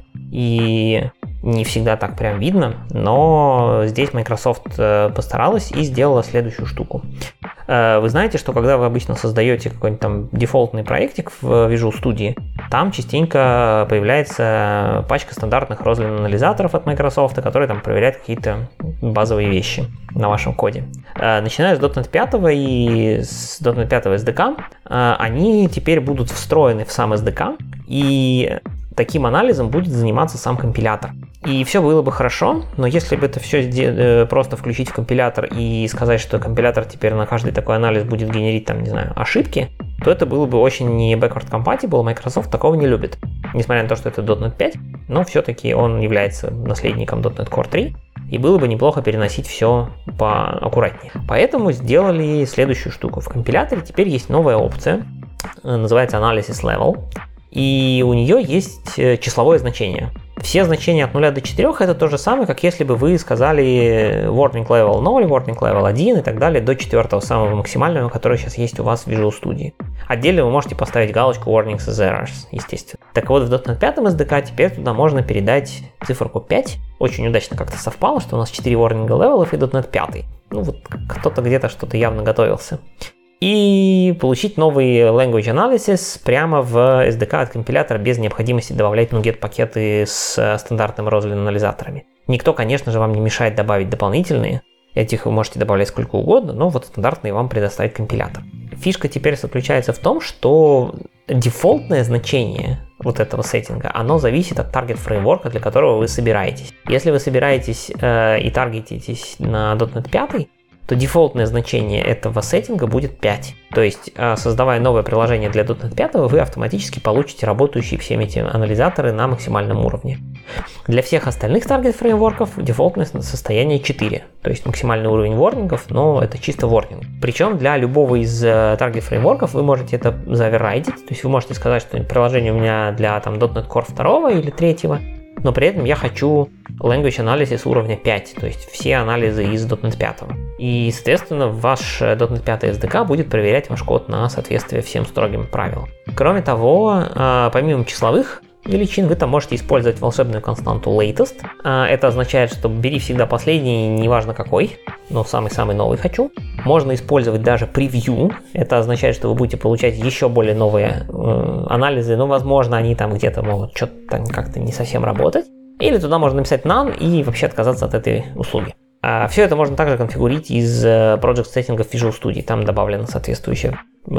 и не всегда так прям видно, но здесь Microsoft постаралась и сделала следующую штуку. Вы знаете, что когда вы обычно создаете какой-нибудь там дефолтный проектик в Visual Studio, там частенько появляется пачка стандартных Roslyn-анализаторов от Microsoft, которые там проверяют какие-то базовые вещи на вашем коде. Начиная с .NET 5 и с .NET 5 SDK, они теперь будут встроены в сам SDK, и таким анализом будет заниматься сам компилятор. И все было бы хорошо, но если бы это все просто включить в компилятор и сказать, что компилятор теперь на каждый такой анализ будет генерить, там, не знаю, ошибки, то это было бы очень не backward compatible, Microsoft такого не любит. Несмотря на то, что это .NET 5, но все-таки он является наследником .NET Core 3, и было бы неплохо переносить все поаккуратнее. Поэтому сделали следующую штуку. В компиляторе теперь есть новая опция, называется Analysis Level, и у нее есть числовое значение. Все значения от 0 до 4 это то же самое, как если бы вы сказали warning level 0, warning level 1 и так далее до 4 самого максимального, который сейчас есть у вас в Visual Studio. Отдельно вы можете поставить галочку warnings as errors, естественно. Так вот, в .NET 5 SDK теперь туда можно передать циферку 5. Очень удачно как-то совпало, что у нас 4 warning левелов и .NET 5. вот кто-то где-то что-то явно готовился. И получить новый language analysis прямо в SDK от компилятора без необходимости добавлять NuGet-пакеты с стандартными Roslyn-анализаторами. Никто, конечно же, вам не мешает добавить дополнительные. Этих вы можете добавлять сколько угодно, но вот стандартные вам предоставит компилятор. Фишка теперь заключается в том, что дефолтное значение вот этого сеттинга, оно зависит от таргет-фреймворка, для которого вы собираетесь. Если вы собираетесь и таргетитесь на .NET 5, то дефолтное значение этого сеттинга будет 5. То есть, создавая новое приложение для .NET 5, вы автоматически получите работающие всеми эти анализаторы на максимальном уровне. Для всех остальных таргет-фреймворков дефолтное состояние 4. То есть максимальный уровень ворнингов, но это чисто ворнинг. Причем для любого из таргет-фреймворков вы можете это заоверрайдить. То есть вы можете сказать, что приложение у меня для там, .NET Core 2 или 3, но при этом я хочу language analysis уровня 5, то есть все анализы из .NET 5. И, соответственно, ваш .NET 5 SDK будет проверять ваш код на соответствие всем строгим правилам. Кроме того, помимо числовых величин, вы там можете использовать волшебную константу latest. Это означает, что бери всегда последний, неважно какой, но самый-самый новый хочу. Можно использовать даже превью. Это означает, что вы будете получать еще более новые анализы, но, возможно, они там где-то могут что-то как-то не совсем работать. Или туда можно написать none и вообще отказаться от этой услуги. Все это можно также конфигурить из project сеттингов Visual Studio. Там добавлено соответствующее.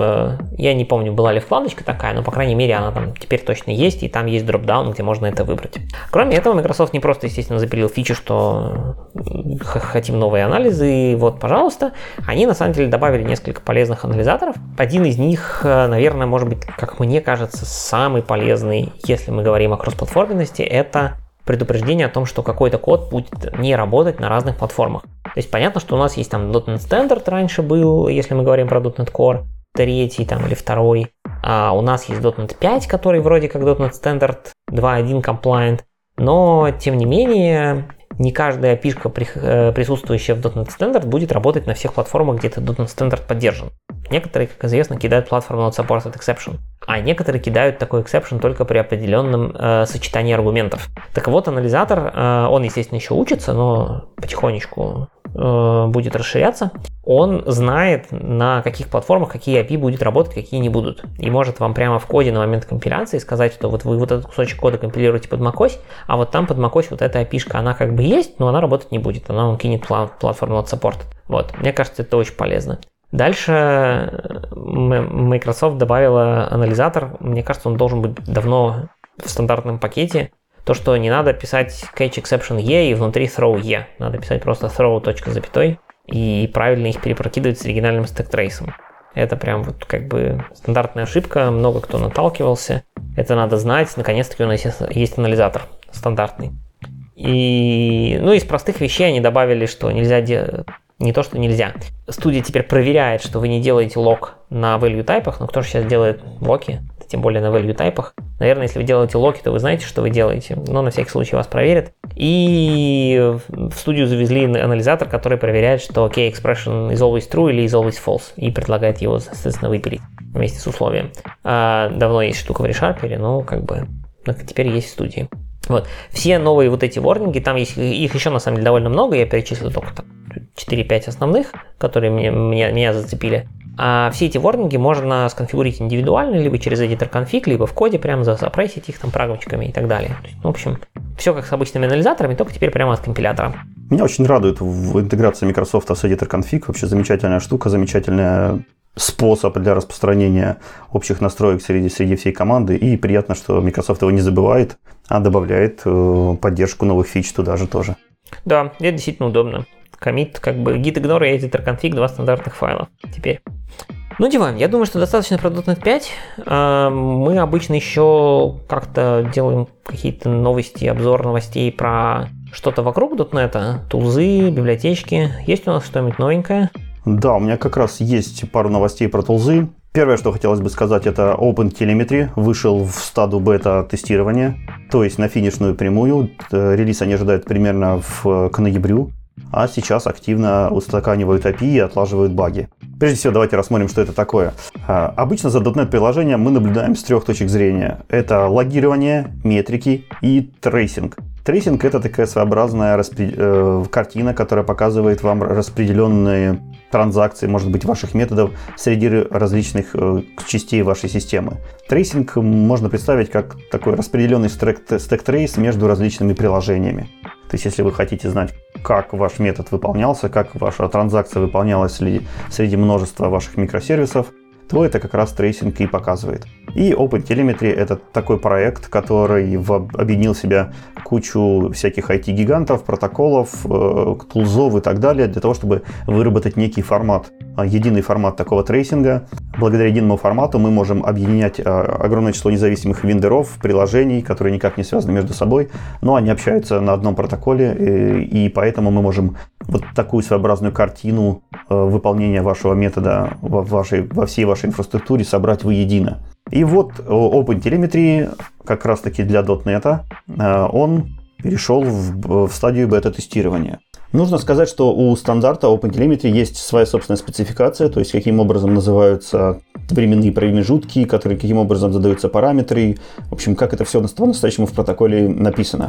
Я не помню, была ли вкладочка такая, но, по крайней мере, она там теперь точно есть, и там есть дропдаун, где можно это выбрать. Кроме этого, Microsoft не просто, естественно, запилил фичу, что хотим новые анализы, вот, пожалуйста. Они, на самом деле, добавили несколько полезных анализаторов. Один из них, наверное, может быть, как мне кажется, самый полезный, если мы говорим о кроссплатформенности, это предупреждение о том, что какой-то код будет не работать на разных платформах. То есть понятно, что у нас есть там .NET Standard раньше был, если мы говорим про .NET Core, 3 там, или 2, а у нас есть .NET 5, который вроде как .NET Standard 2.1 compliant, но тем не менее не каждая API-шка, присутствующая в .NET Standard, будет работать на всех платформах, где этот .NET Standard поддержан. Некоторые, как известно, кидают платформу not supported exception, а некоторые кидают такой exception только при определенном сочетании аргументов. Так вот, анализатор, он, естественно, еще учится, но потихонечку будет расширяться. Он знает, на каких платформах какие API будет работать, какие не будут. И может вам прямо в коде на момент компиляции сказать, что вот вы вот этот кусочек кода компилируете под macOS, а вот там под macOS вот эта API-шка, она как бы есть, но она работать не будет. Она вам кинет платформу not supported. Вот. Мне кажется, это очень полезно. Дальше Microsoft добавила анализатор. Мне кажется, он должен быть давно в стандартном пакете. То, что не надо писать catch exception e и внутри throw e. Надо писать просто throw точка запятой и правильно их перепрокидывать с оригинальным стэк-трейсом. Это прям вот как бы стандартная ошибка, много кто наталкивался. Это надо знать. Наконец-таки у нас есть анализатор стандартный. И, ну, из простых вещей они добавили, что нельзя делать. Не то, что нельзя. Студия теперь проверяет, что вы не делаете лок на value тайпах, но кто же сейчас делает локи, тем более на value тайпах. Наверное, если вы делаете локи, то вы знаете, что вы делаете, но на всякий случай вас проверят. И в студию завезли анализатор, который проверяет, что OK expression is always true или is always false, и предлагает его, соответственно, выпилить вместе с условием. Давно есть штука в ReSharper, но как бы теперь есть в студии. Вот. Все новые вот эти ворнинги, там есть, их еще на самом деле довольно много, я перечислил только там 4-5 основных, которые меня зацепили. А все эти ворнинги можно сконфигурить индивидуально, либо через editor config, либо в коде прямо запрессить их там прагмачками и так далее. То есть, в общем, все как с обычными анализаторами, только теперь прямо от компилятора. Меня очень радует в интеграции Microsoft с editor config. Вообще замечательная штука, замечательный способ для распространения общих настроек среди всей команды. И приятно, что Microsoft его не забывает, а добавляет поддержку новых фич туда же тоже. Да, это действительно удобно. Commit, как бы git ignore и editor config, 2 стандартных файла теперь. Ну, Диван, я думаю, что достаточно про .NET 5. Мы обычно еще как-то делаем какие-то новости, обзор новостей про что-то вокруг .NET, тулзы, библиотечки. Есть у нас что-нибудь новенькое? Да, у меня как раз есть пару новостей про тулзы. Первое, что хотелось бы сказать, это OpenTelemetry вышел в стадию бета-тестирования, то есть на финишную прямую. Релиз они ожидают примерно к ноябрю. А сейчас активно устаканивают API и отлаживают баги. Прежде всего, давайте рассмотрим, что это такое. Обычно за .NET приложением мы наблюдаем с 3 точек зрения. Это логирование, метрики и трейсинг. Трейсинг – это такая своеобразная картина, которая показывает вам распределенные транзакции, может быть, ваших методов среди различных частей вашей системы. Трейсинг можно представить как такой распределенный стэк-трейс между различными приложениями. То есть, если вы хотите знать, как ваш метод выполнялся, как ваша транзакция выполнялась ли среди множества ваших микросервисов, то это как раз трейсинг и показывает. И OpenTelemetry – это такой проект, который объединил в себя кучу всяких IT-гигантов, протоколов, тулзов и так далее, для того, чтобы выработать некий формат, единый формат такого трейсинга. Благодаря единому формату мы можем объединять огромное число независимых вендоров, приложений, которые никак не связаны между собой, но они общаются на одном протоколе, и поэтому мы можем вот такую своеобразную картину выполнения вашего метода во всей вашей инфраструктуре собрать воедино. И вот OpenTelemetry как раз-таки для .NET он перешел в стадию бета-тестирования. Нужно сказать, что у стандарта OpenTelemetry есть своя собственная спецификация, то есть каким образом называются временные промежутки, каким образом задаются параметры, в общем, как это все по-настоящему в протоколе написано.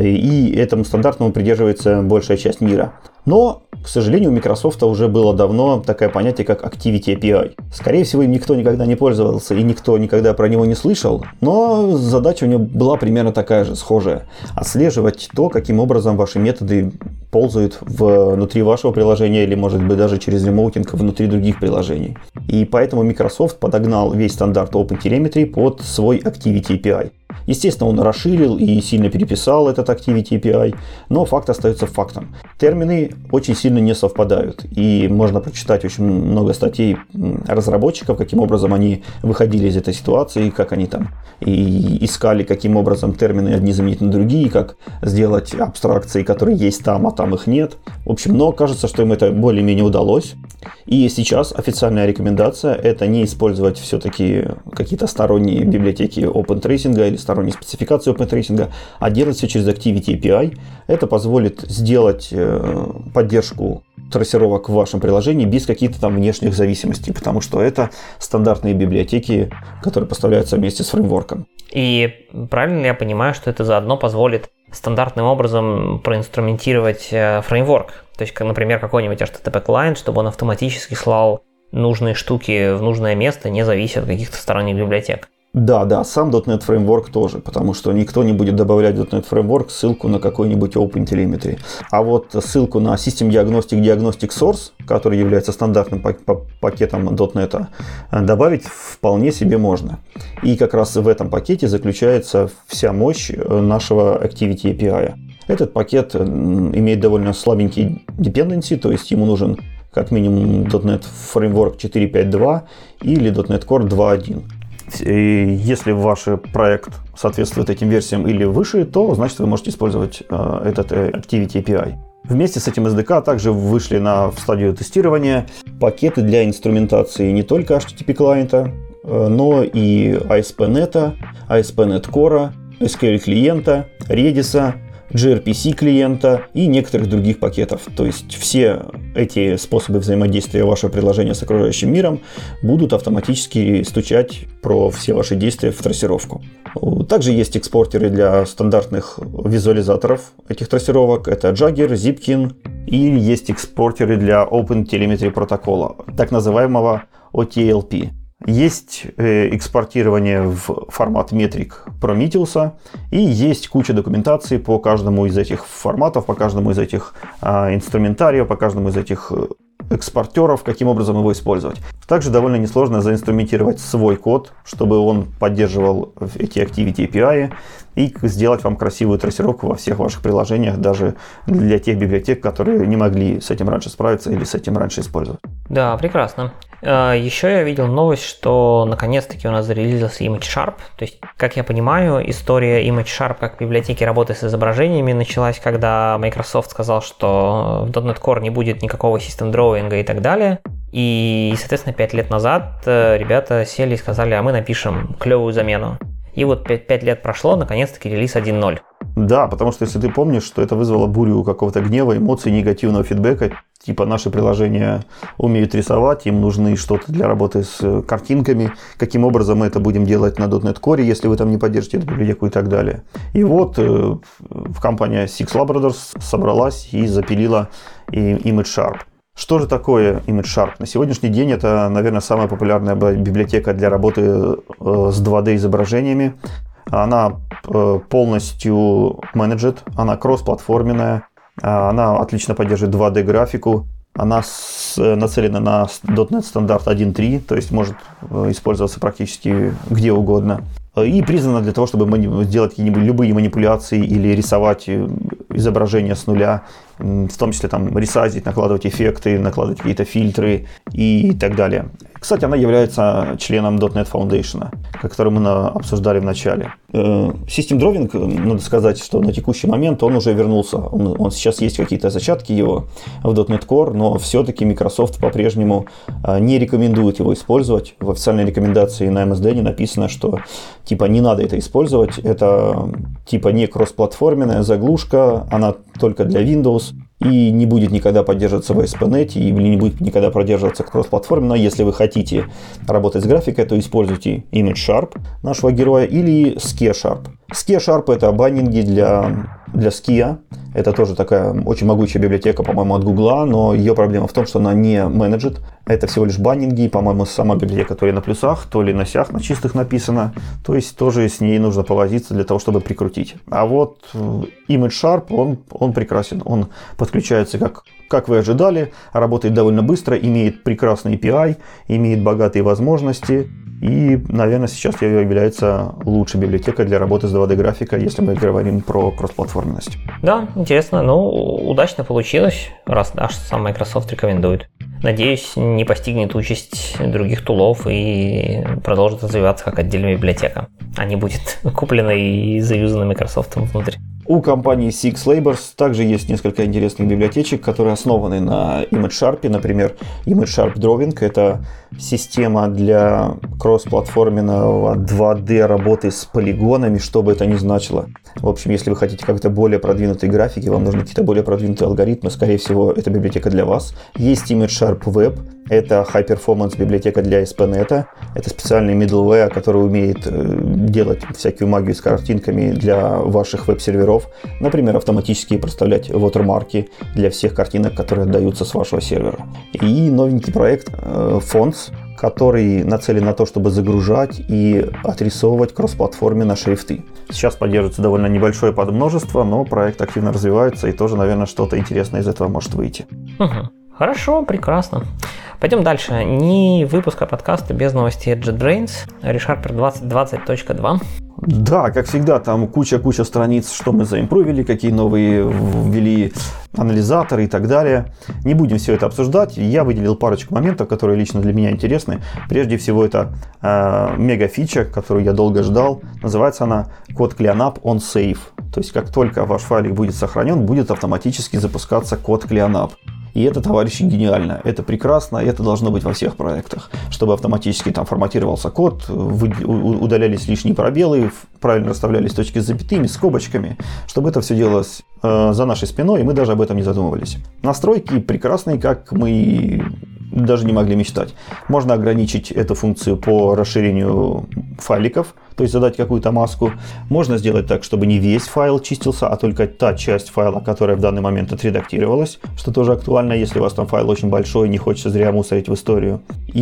И этому стандарту придерживается большая часть мира. Но, к сожалению, у Microsoft уже было давно такое понятие, как Activity API. Скорее всего, им никто никогда не пользовался и никто никогда про него не слышал, но задача у него была примерно такая же, схожая. Отслеживать то, каким образом ваши методы ползают внутри вашего приложения или, может быть, даже через ремоутинг внутри других приложений. И поэтому Microsoft подогнал весь стандарт OpenTelemetry под свой Activity API. Естественно, он расширил и сильно переписал этот Activity API, но факт остается фактом. Термины очень сильно не совпадают, и можно прочитать очень много статей разработчиков, каким образом они выходили из этой ситуации, как они там и искали, каким образом термины одни заменить на другие, как сделать абстракции, которые есть там, а там их нет. В общем, но кажется, что им это более-менее удалось. И сейчас официальная рекомендация – это не использовать все-таки какие-то сторонние библиотеки OpenTracing или сторонние спецификации OpenTracing, а делать все через Activity API. Это позволит сделать поддержку трассировок в вашем приложении без каких-то там внешних зависимостей, потому что это стандартные библиотеки, которые поставляются вместе с фреймворком. И правильно ли я понимаю, что это заодно позволит стандартным образом проинструментировать фреймворк? То есть, например, какой-нибудь HTTP-клиент, чтобы он автоматически слал нужные штуки в нужное место, не завися от каких-то сторонних библиотек. Да, сам .NET Framework тоже, потому что никто не будет добавлять в .NET Framework ссылку на какой-нибудь OpenTelemetry. А вот ссылку на System Diagnostic Source, который является стандартным пакетом .NET, добавить вполне себе можно. И как раз в этом пакете заключается вся мощь нашего Activity API. Этот пакет имеет довольно слабенький dependency, то есть ему нужен как минимум .NET Framework 4.5.2 или .NET Core 2.1. И если ваш проект соответствует этим версиям или выше, то значит вы можете использовать этот Activity API. Вместе с этим SDK также вышли в стадию тестирования пакеты для инструментации не только HTTP клиента, но и ASP.NET, ASP.NET Core, SQL клиента, Redis, gRPC клиента и некоторых других пакетов. То есть все эти способы взаимодействия вашего приложения с окружающим миром будут автоматически стучать про все ваши действия в трассировку. Также есть экспортеры для стандартных визуализаторов этих трассировок. Это Jagger, Zipkin. И есть экспортеры для OpenTelemetry протокола, так называемого OTLP. Есть экспортирование в формат метрик Prometheus, и есть куча документации по каждому из этих форматов, по каждому из этих инструментариев, по каждому из этих экспортеров, каким образом его использовать. Также довольно несложно заинструментировать свой код, чтобы он поддерживал эти Activity API, и сделать вам красивую трассировку во всех ваших приложениях, даже для тех библиотек, которые не могли с этим раньше справиться или с этим раньше использовать. Да, прекрасно. Еще я видел новость, что наконец-таки у нас зарелизился ImageSharp. То есть, как я понимаю, история ImageSharp как библиотеки работы с изображениями началась, когда Microsoft сказал, что в .NET Core не будет никакого system drawing и так далее. И, соответственно, 5 лет назад ребята сели и сказали, а мы напишем клевую замену. И вот 5 лет прошло, наконец-таки релиз 1.0. Да, потому что если ты помнишь, что это вызвало бурю какого-то гнева, эмоций, негативного фидбэка, типа наши приложения умеют рисовать, им нужны что-то для работы с картинками, каким образом мы это будем делать на .NET Core, если вы там не поддержите эту библиотеку и так далее. И вот компания Six Labradors собралась и запилила ImageSharp. Что же такое ImageSharp? На сегодняшний день это, наверное, самая популярная библиотека для работы с 2D изображениями. Она полностью менеджет, она кроссплатформенная, она отлично поддерживает 2D графику, она нацелена на .NET стандарт 1.3, то есть может использоваться практически где угодно. И признана для того, чтобы сделать какие-нибудь любые манипуляции или рисовать изображение с нуля, в том числе там ресайзить, накладывать эффекты, накладывать какие-то фильтры и так далее. Кстати, она является членом .NET Foundation, который мы обсуждали в начале. System Drawing, надо сказать, что на текущий момент он уже вернулся. Он сейчас есть какие-то зачатки его в .NET Core, но все-таки Microsoft по-прежнему не рекомендует его использовать. В официальной рекомендации на MSDN написано, что типа не надо это использовать. Это типа не кроссплатформенная заглушка, она только для Windows. И не будет никогда поддерживаться в ASP.NET, или не будет никогда поддерживаться кроссплатформе. Но если вы хотите работать с графикой, то используйте ImageSharp нашего героя или SkiaSharp. SkiaSharp — это байндинги для Skia. Это тоже такая очень могучая библиотека, по-моему, от Гугла, но ее проблема в том, что она не менеджет. Это всего лишь байндинги, по-моему, сама библиотека то ли на плюсах, то ли на сях на чистых написана. То есть тоже с ней нужно повозиться для того, чтобы прикрутить. А вот ImageSharp, он прекрасен. Он подключается, как вы ожидали, работает довольно быстро, имеет прекрасный API, имеет богатые возможности. И, наверное, сейчас является лучшей библиотекой для работы с 2D-графикой, если мы говорим про кроссплатформенность. Да, интересно. Ну, удачно получилось, раз даже сам Microsoft рекомендует. Надеюсь, не постигнет участь других тулов и продолжит развиваться как отдельная библиотека, а не будет куплена и заюзана Microsoft внутрь. У компании Six Labors также есть несколько интересных библиотечек, которые основаны на ImageSharp. Например, ImageSharp Drawing — это система для кроссплатформенного 2D работы с полигонами, что бы это ни значило. В общем, если вы хотите как-то более продвинутые графики, вам нужны какие-то более продвинутые алгоритмы, скорее всего, эта библиотека для вас. Есть ImageSharp Web. Это high-performance библиотека для ASP.NET. Это специальный middleware, который умеет делать всякую магию с картинками для ваших веб-серверов. Например, автоматически проставлять watermarки для всех картинок, которые отдаются с вашего сервера. И новенький проект Fonts, который нацелен на то, чтобы загружать и отрисовывать кроссплатформенные шрифты. Сейчас поддерживается довольно небольшое подмножество, но проект активно развивается, и тоже, наверное, что-то интересное из этого может выйти. Хорошо, прекрасно. Пойдем дальше. Ни выпуска подкаста без новостей от JetBrains. ReSharper 2020.2. Да, как всегда, там куча страниц, что мы заимпровили, какие новые ввели анализаторы и так далее. Не будем все это обсуждать. Я выделил парочку моментов, которые лично для меня интересны. Прежде всего, это мега-фича, которую я долго ждал. Называется она код cleanup on save. То есть, как только ваш файлик будет сохранен, будет автоматически запускаться код cleanup. И это, товарищи, гениально. Это прекрасно, и это должно быть во всех проектах. Чтобы автоматически там форматировался код, удалялись лишние пробелы, правильно расставлялись точки с запятыми, скобочками. Чтобы это все делалось за нашей спиной, и мы даже об этом не задумывались. Настройки прекрасные, как мы даже не могли мечтать. Можно ограничить эту функцию по расширению файликов, то есть задать какую-то маску. Можно сделать так, чтобы не весь файл чистился, а только та часть файла, которая в данный момент отредактировалась, что тоже актуально, если у вас там файл очень большой, не хочется зря мусорить в историю.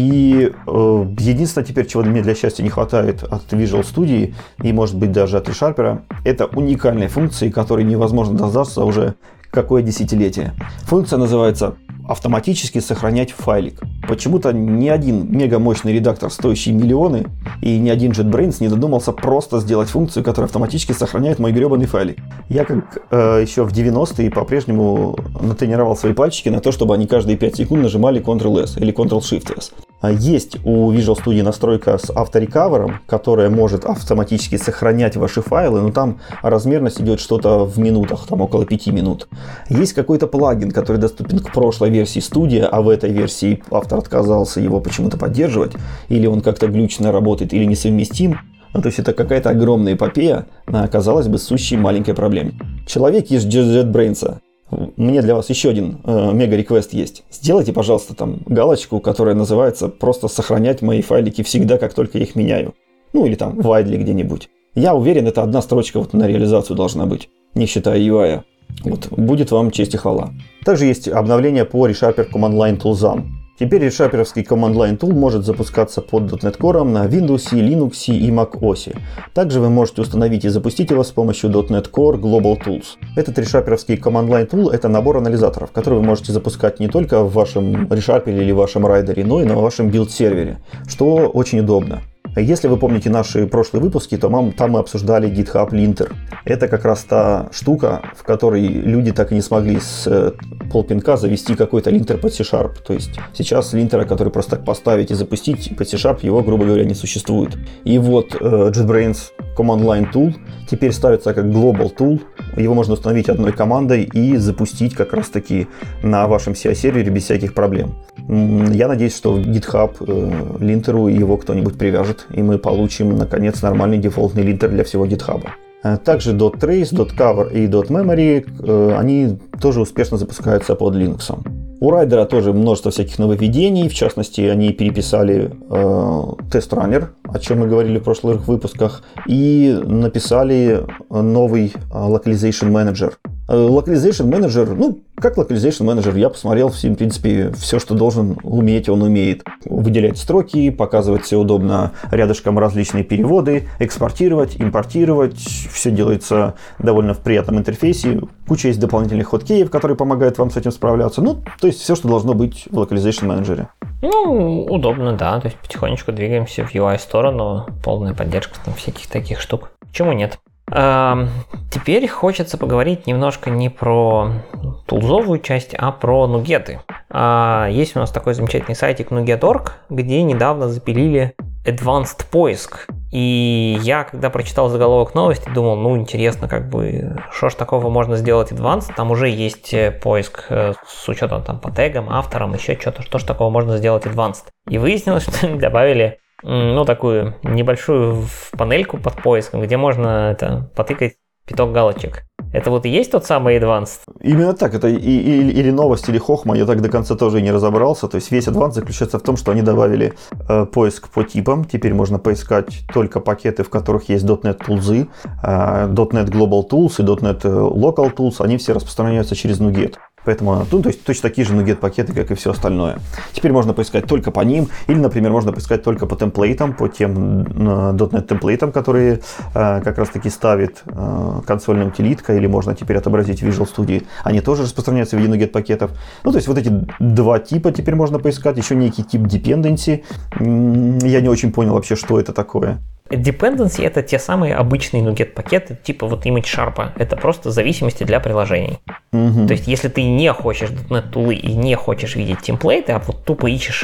И единственное теперь, чего мне для счастья не хватает от Visual Studio и, может быть, даже от ReSharper, это уникальные функции, которые невозможно дождаться уже какое десятилетие. Функция называется автоматически сохранять файлик. Почему-то ни один мегамощный редактор, стоящий миллионы, и ни один JetBrains не додумался просто сделать функцию, которая автоматически сохраняет мой гребаный файлик. Я как еще в 90-е по-прежнему натренировал свои пальчики на то, чтобы они каждые 5 секунд нажимали Ctrl-S или Ctrl-Shift-S. Есть у Visual Studio настройка с авторекавером, которая может автоматически сохранять ваши файлы, но там размерность идет что-то в минутах, там около 5 минут. Есть какой-то плагин, который доступен к прошлой версии Studio, а в этой версии автор отказался его почему-то поддерживать, или он как-то глючно работает, или несовместим. Ну, то есть это какая-то огромная эпопея на, казалось бы, сущей маленькой проблеме. Человек из JetBrains. Мне для вас еще один мега-реквест есть. Сделайте, пожалуйста, там галочку, которая называется «Просто сохранять мои файлики всегда, как только я их меняю». Ну, или там в idle где-нибудь. Я уверен, это одна строчка вот на реализацию должна быть, не считая UI. Вот, будет вам честь и хвала. Также есть обновление по ReSharper Command Line тулзам. Теперь ReSharper'овский Command Line Tool может запускаться под .NET Core на Windows, Linux и macOS. Также вы можете установить и запустить его с помощью .NET Core Global Tools. Этот ReSharper'овский Command Line Tool — это набор анализаторов, который вы можете запускать не только в вашем ReSharper или вашем райдере, но и на вашем билд-сервере, что очень удобно. Если вы помните наши прошлые выпуски, то там мы обсуждали GitHub Linter. Это как раз та штука, в которой люди так и не смогли с полпинка завести какой-то линтер под C-Sharp. То есть сейчас линтера, который просто так поставить и запустить под C-Sharp, его, грубо говоря, не существует. И вот JetBrains Command Line Tool теперь ставится как Global Tool. Его можно установить одной командой и запустить как раз таки на вашем CI-сервере без всяких проблем. Я надеюсь, что в GitHub линтеру его кто-нибудь привяжет, и мы получим, наконец, нормальный дефолтный линтер для всего GitHub. Также .trace, .cover и .memory, они тоже успешно запускаются под Linux. У райдера тоже множество всяких нововведений, в частности, они переписали TestRunner, о чем мы говорили в прошлых выпусках, и написали новый Localization Manager. Localization Manager, как Localization Manager, я посмотрел, в принципе, все, что должен уметь, он умеет. Выделять строки, показывать все удобно, рядышком различные переводы, экспортировать, импортировать. Все делается довольно в приятном интерфейсе. Куча есть дополнительных хоткеев, которые помогают вам с этим справляться. То есть все, что должно быть в Localization Manager. Удобно, да. То есть потихонечку двигаемся в UI-сторону. Полная поддержка там всяких таких штук. Почему нет? Теперь хочется поговорить немножко не про тулзовую часть, а про нугеты. Есть у нас такой замечательный сайтик nuget.org, где недавно запилили Advanced поиск. И я, когда прочитал заголовок новости, думал, интересно, что ж такого можно сделать Advanced. Там уже есть поиск с учетом там по тегам, авторам, еще что-то, что ж такого можно сделать Advanced. И выяснилось, что они добавили такую небольшую панельку под поиском, где можно потыкать пяток галочек. Это вот и есть тот самый Advanced? Именно так. Это или новость, или хохма. Я так до конца тоже и не разобрался. То есть весь Advanced заключается в том, что они добавили поиск по типам. Теперь можно поискать только пакеты, в которых есть .NET Tools, .NET Global Tools и .NET Local Tools. Они все распространяются через NuGet. Поэтому, то есть точно такие же NuGet-пакеты, как и все остальное. Теперь можно поискать только по ним, или, например, можно поискать только по темплейтам, по тем .NET темплейтам, которые как раз-таки ставит консольная утилитка, или можно теперь отобразить в Visual Studio. Они тоже распространяются в виде NuGet-пакетов. То есть вот эти два типа теперь можно поискать, еще некий тип dependency. Я не очень понял вообще, что это такое. Dependency — это те самые обычные NuGet-пакеты, типа вот image Sharp. Это просто зависимости для приложений. То есть, если ты не хочешь .NET тулы и не хочешь видеть темплейты, а вот тупо ищешь,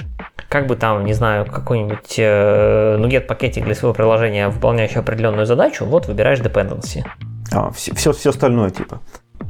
какой-нибудь NuGet-пакетик для своего приложения, выполняющий определенную задачу, вот выбираешь dependency. Все остальное типа.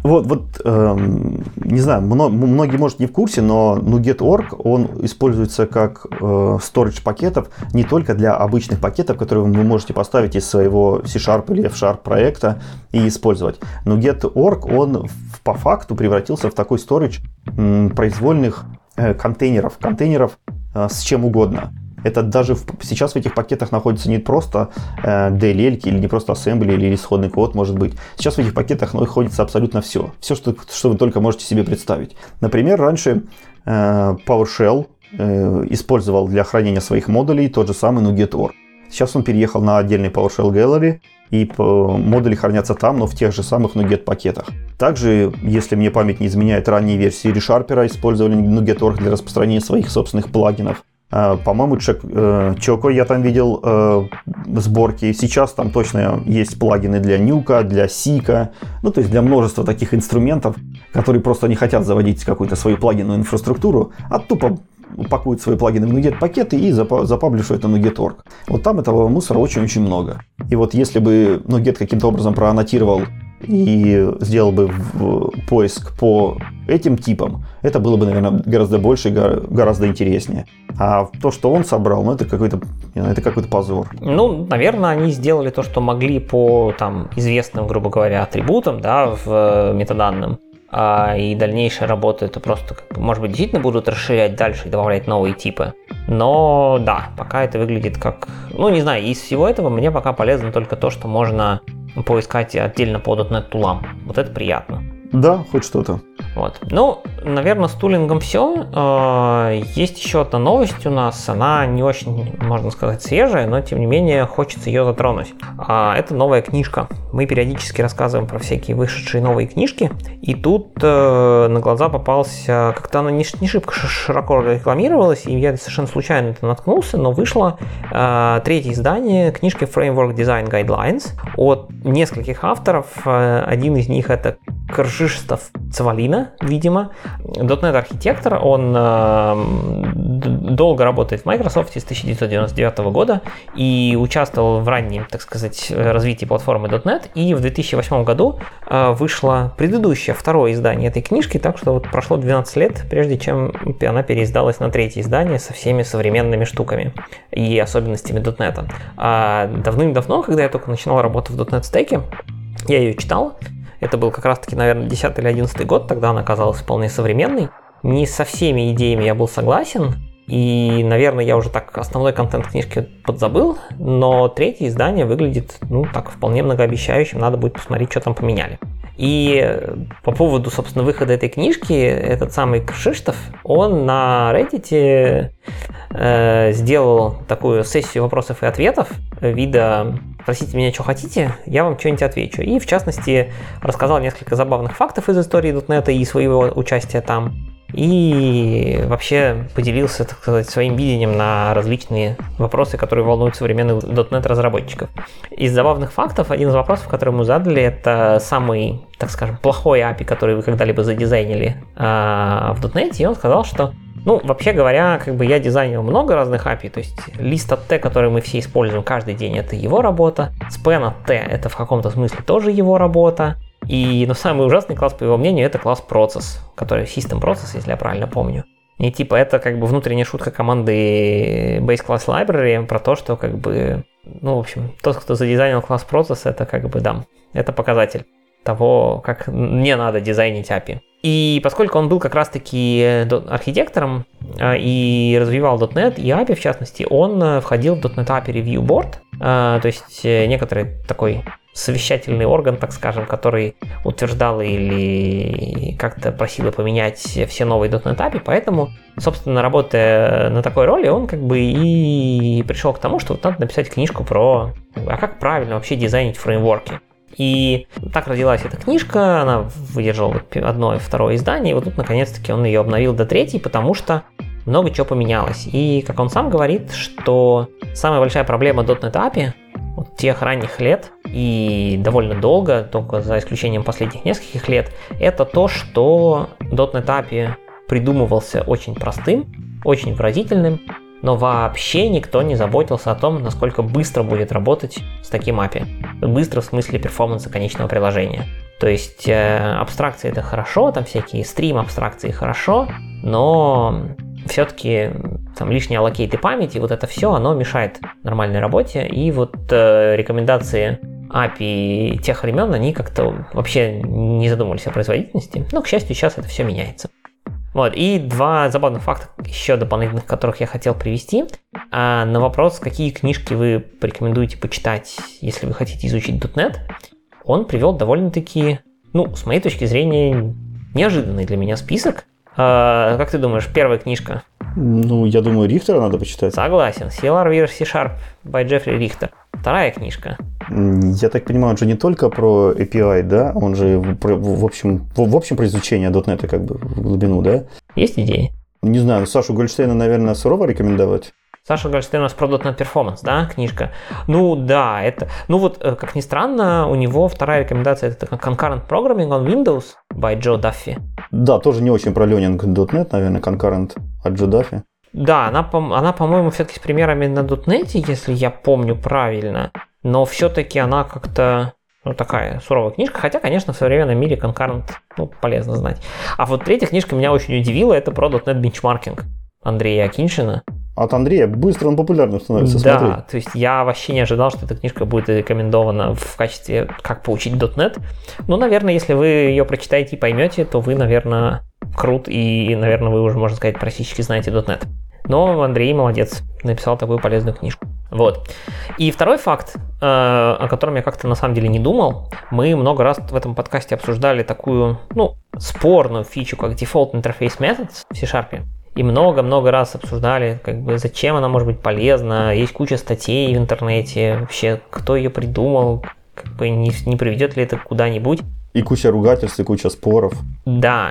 Не знаю, многие, может, не в курсе, но NuGet.org, он используется как storage пакетов не только для обычных пакетов, которые вы можете поставить из своего C# или F# проекта и использовать. NuGet.org, он по факту превратился в такой storage произвольных контейнеров с чем угодно. Это даже сейчас в этих пакетах находится не просто DLL или не просто ассембли или исходный код, может быть. Сейчас в этих пакетах находится абсолютно все. Все, что вы только можете себе представить. Например, раньше PowerShell использовал для хранения своих модулей тот же самый NuGet.org. Сейчас он переехал на отдельный PowerShell Gallery, и модули хранятся там, но в тех же самых NuGet пакетах. Также, если мне память не изменяет, ранние версии ReSharper использовали NuGet.org для распространения своих собственных плагинов. По-моему, Choco я там видел сборки. Сейчас там точно есть плагины для Nuke, для Sika. То есть для множества таких инструментов, которые просто не хотят заводить какую-то свою плагинную инфраструктуру, а тупо пакуют свои плагины в NuGet-пакеты и запаблишут это NuGet.org. Вот там этого мусора очень-очень много. И вот если бы NuGet каким-то образом проаннотировал и сделал бы поиск по этим типом, это было бы, наверное, гораздо больше и гораздо интереснее. А то, что он собрал, ну, это какой-то позор. Ну, наверное, они сделали то, что могли по там, известным, грубо говоря, атрибутам, да, в метаданным. И дальнейшая работа это просто, может быть, действительно будут расширять дальше и добавлять новые типы. Но да, пока это выглядит как... Ну, не знаю, из всего этого мне пока полезно только то, что можно поискать отдельно по .NET тулам. Вот это приятно. Да, хоть что-то. Вот. Ну, наверное, с тулингом все. Есть еще одна новость у нас. Она не очень, можно сказать, свежая, но, тем не менее, хочется ее затронуть. Это новая книжка. Мы периодически рассказываем про всякие вышедшие новые книжки. И тут на глаза попался... Как-то она не шибко широко рекламировалась, и я совершенно случайно это наткнулся, но вышло третье издание книжки Framework Design Guidelines от нескольких авторов. Один из них это Кржистов Цвалина, видимо, .NET-архитектор, он долго работает в Microsoft с 1999 года и участвовал в раннем, так сказать, развитии платформы .NET, и в 2008 году вышло предыдущее, второе издание этой книжки, так что вот прошло 12 лет, прежде чем она переиздалась на третье издание со всеми современными штуками и особенностями .NET. Давным-давно, когда я только начинал работать в .NET Stack, я ее читал. Это был как раз-таки, наверное, 10 или 11 год, тогда она оказалась вполне современной. Не со всеми идеями я был согласен, и, наверное, я уже так основной контент книжки подзабыл, но третье издание выглядит, ну, так вполне многообещающим, надо будет посмотреть, что там поменяли. И по поводу, собственно, выхода этой книжки, этот самый Кршиштов, он на Reddit сделал такую сессию вопросов и ответов вида «Спросите меня, что хотите, я вам что-нибудь отвечу». И, в частности, рассказал несколько забавных фактов из истории .NET и своего участия там. И вообще поделился, так сказать, своим видением на различные вопросы, которые волнуют современных .NET-разработчиков. Из забавных фактов, один из вопросов, который мы задали, это самый, так скажем, плохой API, который вы когда-либо задизайнили в .NET, и он сказал, что ну, вообще говоря, как бы я дизайнил много разных API, то есть лист от T, который мы все используем каждый день, это его работа, span от T это в каком-то смысле тоже его работа, но самый ужасный класс, по его мнению, это класс Process, который System Process, если я правильно помню. И типа это как бы внутренняя шутка команды Base Class Library про то, что как бы, ну, в общем, тот, кто задизайнил класс Process, это как бы, да, это показатель того, как не надо дизайнить API. И поскольку он был как раз-таки архитектором и развивал .NET и API в частности, он входил в .NET API Review Board, то есть некоторый такой совещательный орган, так скажем, который утверждал или как-то просил поменять все новые .NET API, поэтому, собственно, работая на такой роли, он как бы и пришел к тому, что вот надо написать книжку про, а как правильно вообще дизайнить фреймворки. И так родилась эта книжка, она выдержала одно и второе издание, и вот тут наконец-таки он ее обновил до третьей, потому что много чего поменялось. И как он сам говорит, что самая большая проблема .NET API от тех ранних лет и довольно долго, только за исключением последних нескольких лет, это то, что .NET API придумывался очень простым, очень выразительным, но вообще никто не заботился о том, насколько быстро будет работать с таким API. Быстро в смысле перформанса конечного приложения. То есть абстракции это хорошо, там всякие стрим-абстракции хорошо, но все-таки там лишние аллокейты памяти, вот это все, оно мешает нормальной работе. И вот рекомендации API тех времен, они как-то вообще не задумывались о производительности. Но, к счастью, сейчас это все меняется. Вот, и два забавных факта еще дополнительных, которых я хотел привести. На вопрос, какие книжки вы порекомендуете почитать, если вы хотите изучить .NET, он привел довольно-таки, ну, с моей точки зрения, неожиданный для меня список. Как ты думаешь, первая книжка? Ну, я думаю, Рихтера надо почитать. Согласен. CLR vs. C# by Джеффри Рихтер. Вторая книжка. Я так понимаю, он же не только про API, да? Он же в общем про изучение .NET как бы в глубину, да? Есть идеи? Не знаю, Сашу Гольдштейна, наверное, сурово рекомендовать. Саша Гольдштейн у нас про .NET Performance, да, книжка? Ну да, это... Ну вот, как ни странно, у него вторая рекомендация это Concurrent Programming on Windows by Joe Duffy. Да, тоже не очень про learning .NET, наверное, Concurrent от Joe Duffy. Да, она, по-моему, все-таки с примерами на .NET, если я помню правильно, но все-таки она как-то такая суровая книжка, хотя, конечно, в современном мире Concurrent, полезно знать. А вот третья книжка меня очень удивила, это про .NET Benchmarking Андрея Акиньшина. От Андрея быстро он популярным становится, да, смотри. То есть я вообще не ожидал, что эта книжка будет рекомендована в качестве «Как получить .NET». Наверное, если вы ее прочитаете и поймете, то вы, наверное, крут, и, наверное, вы уже, можно сказать, практически знаете .NET. Но Андрей молодец, написал такую полезную книжку. Вот. И второй факт, о котором я как-то на самом деле не думал, мы много раз в этом подкасте обсуждали такую, спорную фичу, как Default Interface Methods в C#. И много-много раз обсуждали, зачем она может быть полезна, есть куча статей в интернете, вообще, кто ее придумал, не приведет ли это куда-нибудь. И куча ругательств, и куча споров. Да.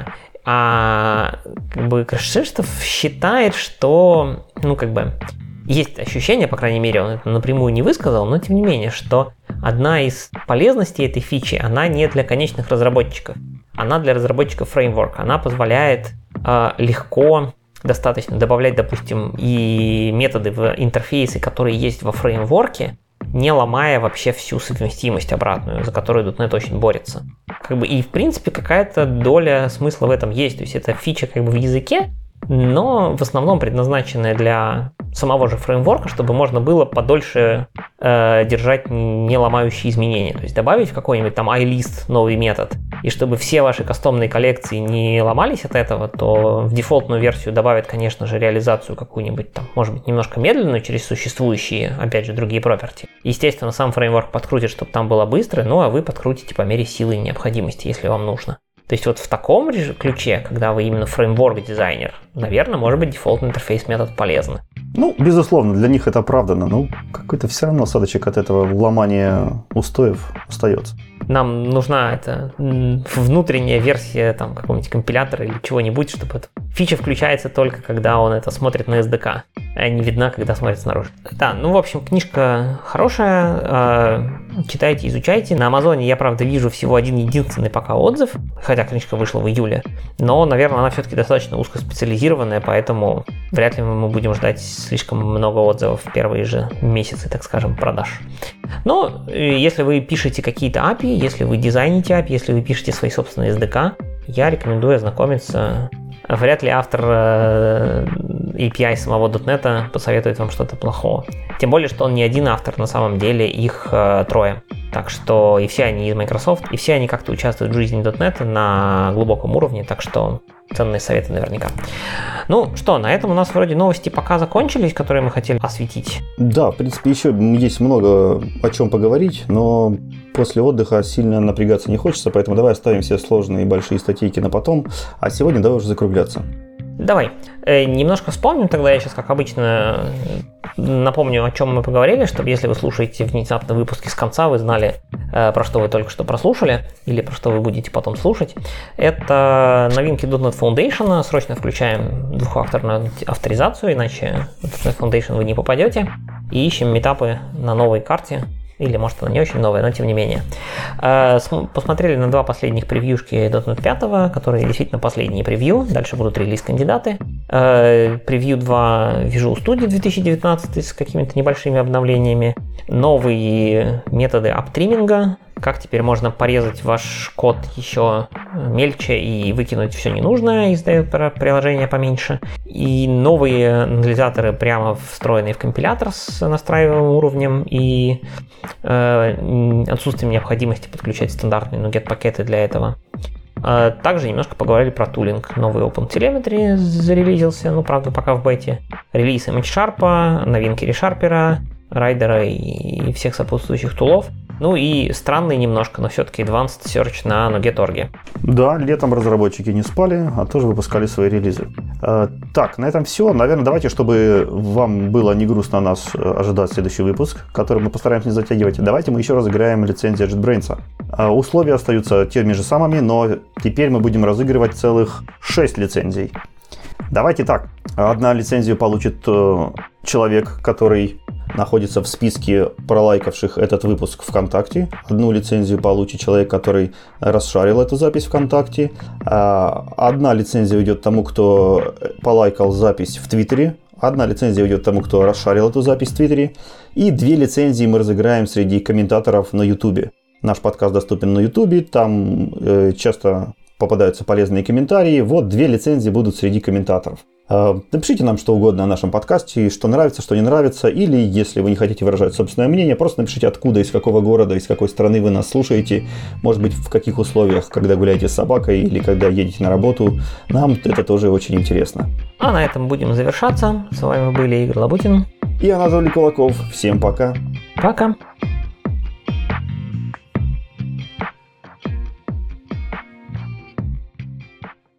А Крашерстов считает, что, есть ощущение, по крайней мере, он это напрямую не высказал, но тем не менее, что одна из полезностей этой фичи, она не для конечных разработчиков, она для разработчиков фреймворка. Она позволяет легко достаточно добавлять, допустим, и методы в интерфейсы, которые есть во фреймворке, не ломая вообще всю совместимость обратную, за которую .NET очень борется. И, в принципе, какая-то доля смысла в этом есть. То есть это фича в языке, но в основном предназначенная для самого же фреймворка, чтобы можно было подольше держать не ломающие изменения. То есть добавить в какой-нибудь там iList новый метод, и чтобы все ваши кастомные коллекции не ломались от этого, то в дефолтную версию добавят, конечно же, реализацию какую-нибудь там, может быть, немножко медленную через существующие, опять же, другие property. Естественно, сам фреймворк подкрутит, чтобы там было быстро, а вы подкрутите по мере силы и необходимости, если вам нужно. То есть вот в таком ключе, когда вы именно фреймворк-дизайнер, наверное, может быть, Default Interface метод полезно. Безусловно, для них это оправдано, какой-то все равно осадочек от этого ломания устоев остается. Нам нужна эта внутренняя версия какого-нибудь компилятора или чего-нибудь, чтобы эта фича включается только когда он это смотрит на SDK, а не видна, когда смотрит снаружи. Да, в общем, книжка хорошая, читайте, изучайте. На Амазоне я, правда, вижу всего один единственный пока отзыв, хотя книжка вышла в июле, но, наверное, она все-таки достаточно узкоспециализированная, поэтому вряд ли мы будем ждать слишком много отзывов в первые же месяцы, так скажем, продаж. Но если вы пишете какие-то API, если вы дизайните API, если вы пишете свои собственные SDK, я рекомендую ознакомиться. Вряд ли автор API самого .NET посоветует вам что-то плохого. Тем более, что он не один автор, на самом деле их трое. Так что и все они из Microsoft, и все они как-то участвуют в жизни .NET на глубоком уровне, так что ценные советы наверняка. На этом у нас вроде новости пока закончились, которые мы хотели осветить. Да, в принципе, еще есть много о чем поговорить, но после отдыха сильно напрягаться не хочется, поэтому давай оставим все сложные и большие статейки на потом, а сегодня давай уже закругляться. Давай. Немножко вспомним тогда, я сейчас, как обычно, напомню, о чем мы поговорили, чтобы если вы слушаете внезапно выпуски с конца, вы знали, про что вы только что прослушали, или про что вы будете потом слушать. Это новинки .NET Foundation. Срочно включаем двухфакторную авторизацию, иначе в .NET Foundation вы не попадете. И ищем митапы на новой карте. Или, может, она не очень новая, но тем не менее. Посмотрели на два последних превьюшки .NET 5, которые действительно последние превью. Дальше будут релиз-кандидаты. Превью 2 Visual Studio 2019 с какими-то небольшими обновлениями. Новые методы аптриминга. Как теперь можно порезать ваш код еще мельче и выкинуть все ненужное из приложения поменьше. И новые анализаторы прямо встроенные в компилятор с настраиваемым уровнем и отсутствием необходимости подключать стандартные NuGet-пакеты для этого. Также немножко поговорили про тулинг. Новый OpenTelemetry зарелизился, правда, пока в бете. Релиз ImageSharp, новинки ReSharper, Райдера и всех сопутствующих тулов. И странный немножко, но все-таки Advanced Search на NuGet.org. Да, летом разработчики не спали, а тоже выпускали свои релизы. Так, на этом все. Наверное, давайте, чтобы вам было не грустно нас ожидать следующий выпуск, который мы постараемся не затягивать, давайте мы еще разыграем лицензию JetBrains. Условия остаются теми же самыми, но теперь мы будем разыгрывать целых 6 лицензий. Давайте так. Одна лицензию получит человек, который находится в списке пролайкавших этот выпуск ВКонтакте. Одну лицензию получит человек, который расшарил эту запись ВКонтакте. Одна лицензия уйдет тому, кто полайкал запись в Твиттере. Одна лицензия уйдет тому, кто расшарил эту запись в Твиттере. И 2 лицензии мы разыграем среди комментаторов на Ютубе. Наш подкаст доступен на YouTube, там часто попадаются полезные комментарии. Вот 2 лицензии будут среди комментаторов. Напишите нам что угодно о нашем подкасте, что нравится, что не нравится, или, если вы не хотите выражать собственное мнение, просто напишите, откуда, из какого города, из какой страны вы нас слушаете, может быть, в каких условиях, когда гуляете с собакой или когда едете на работу. Нам это тоже очень интересно. А на этом будем завершаться. С вами были Игорь Лабутин И Анатолий Кулаков. Всем пока. Пока.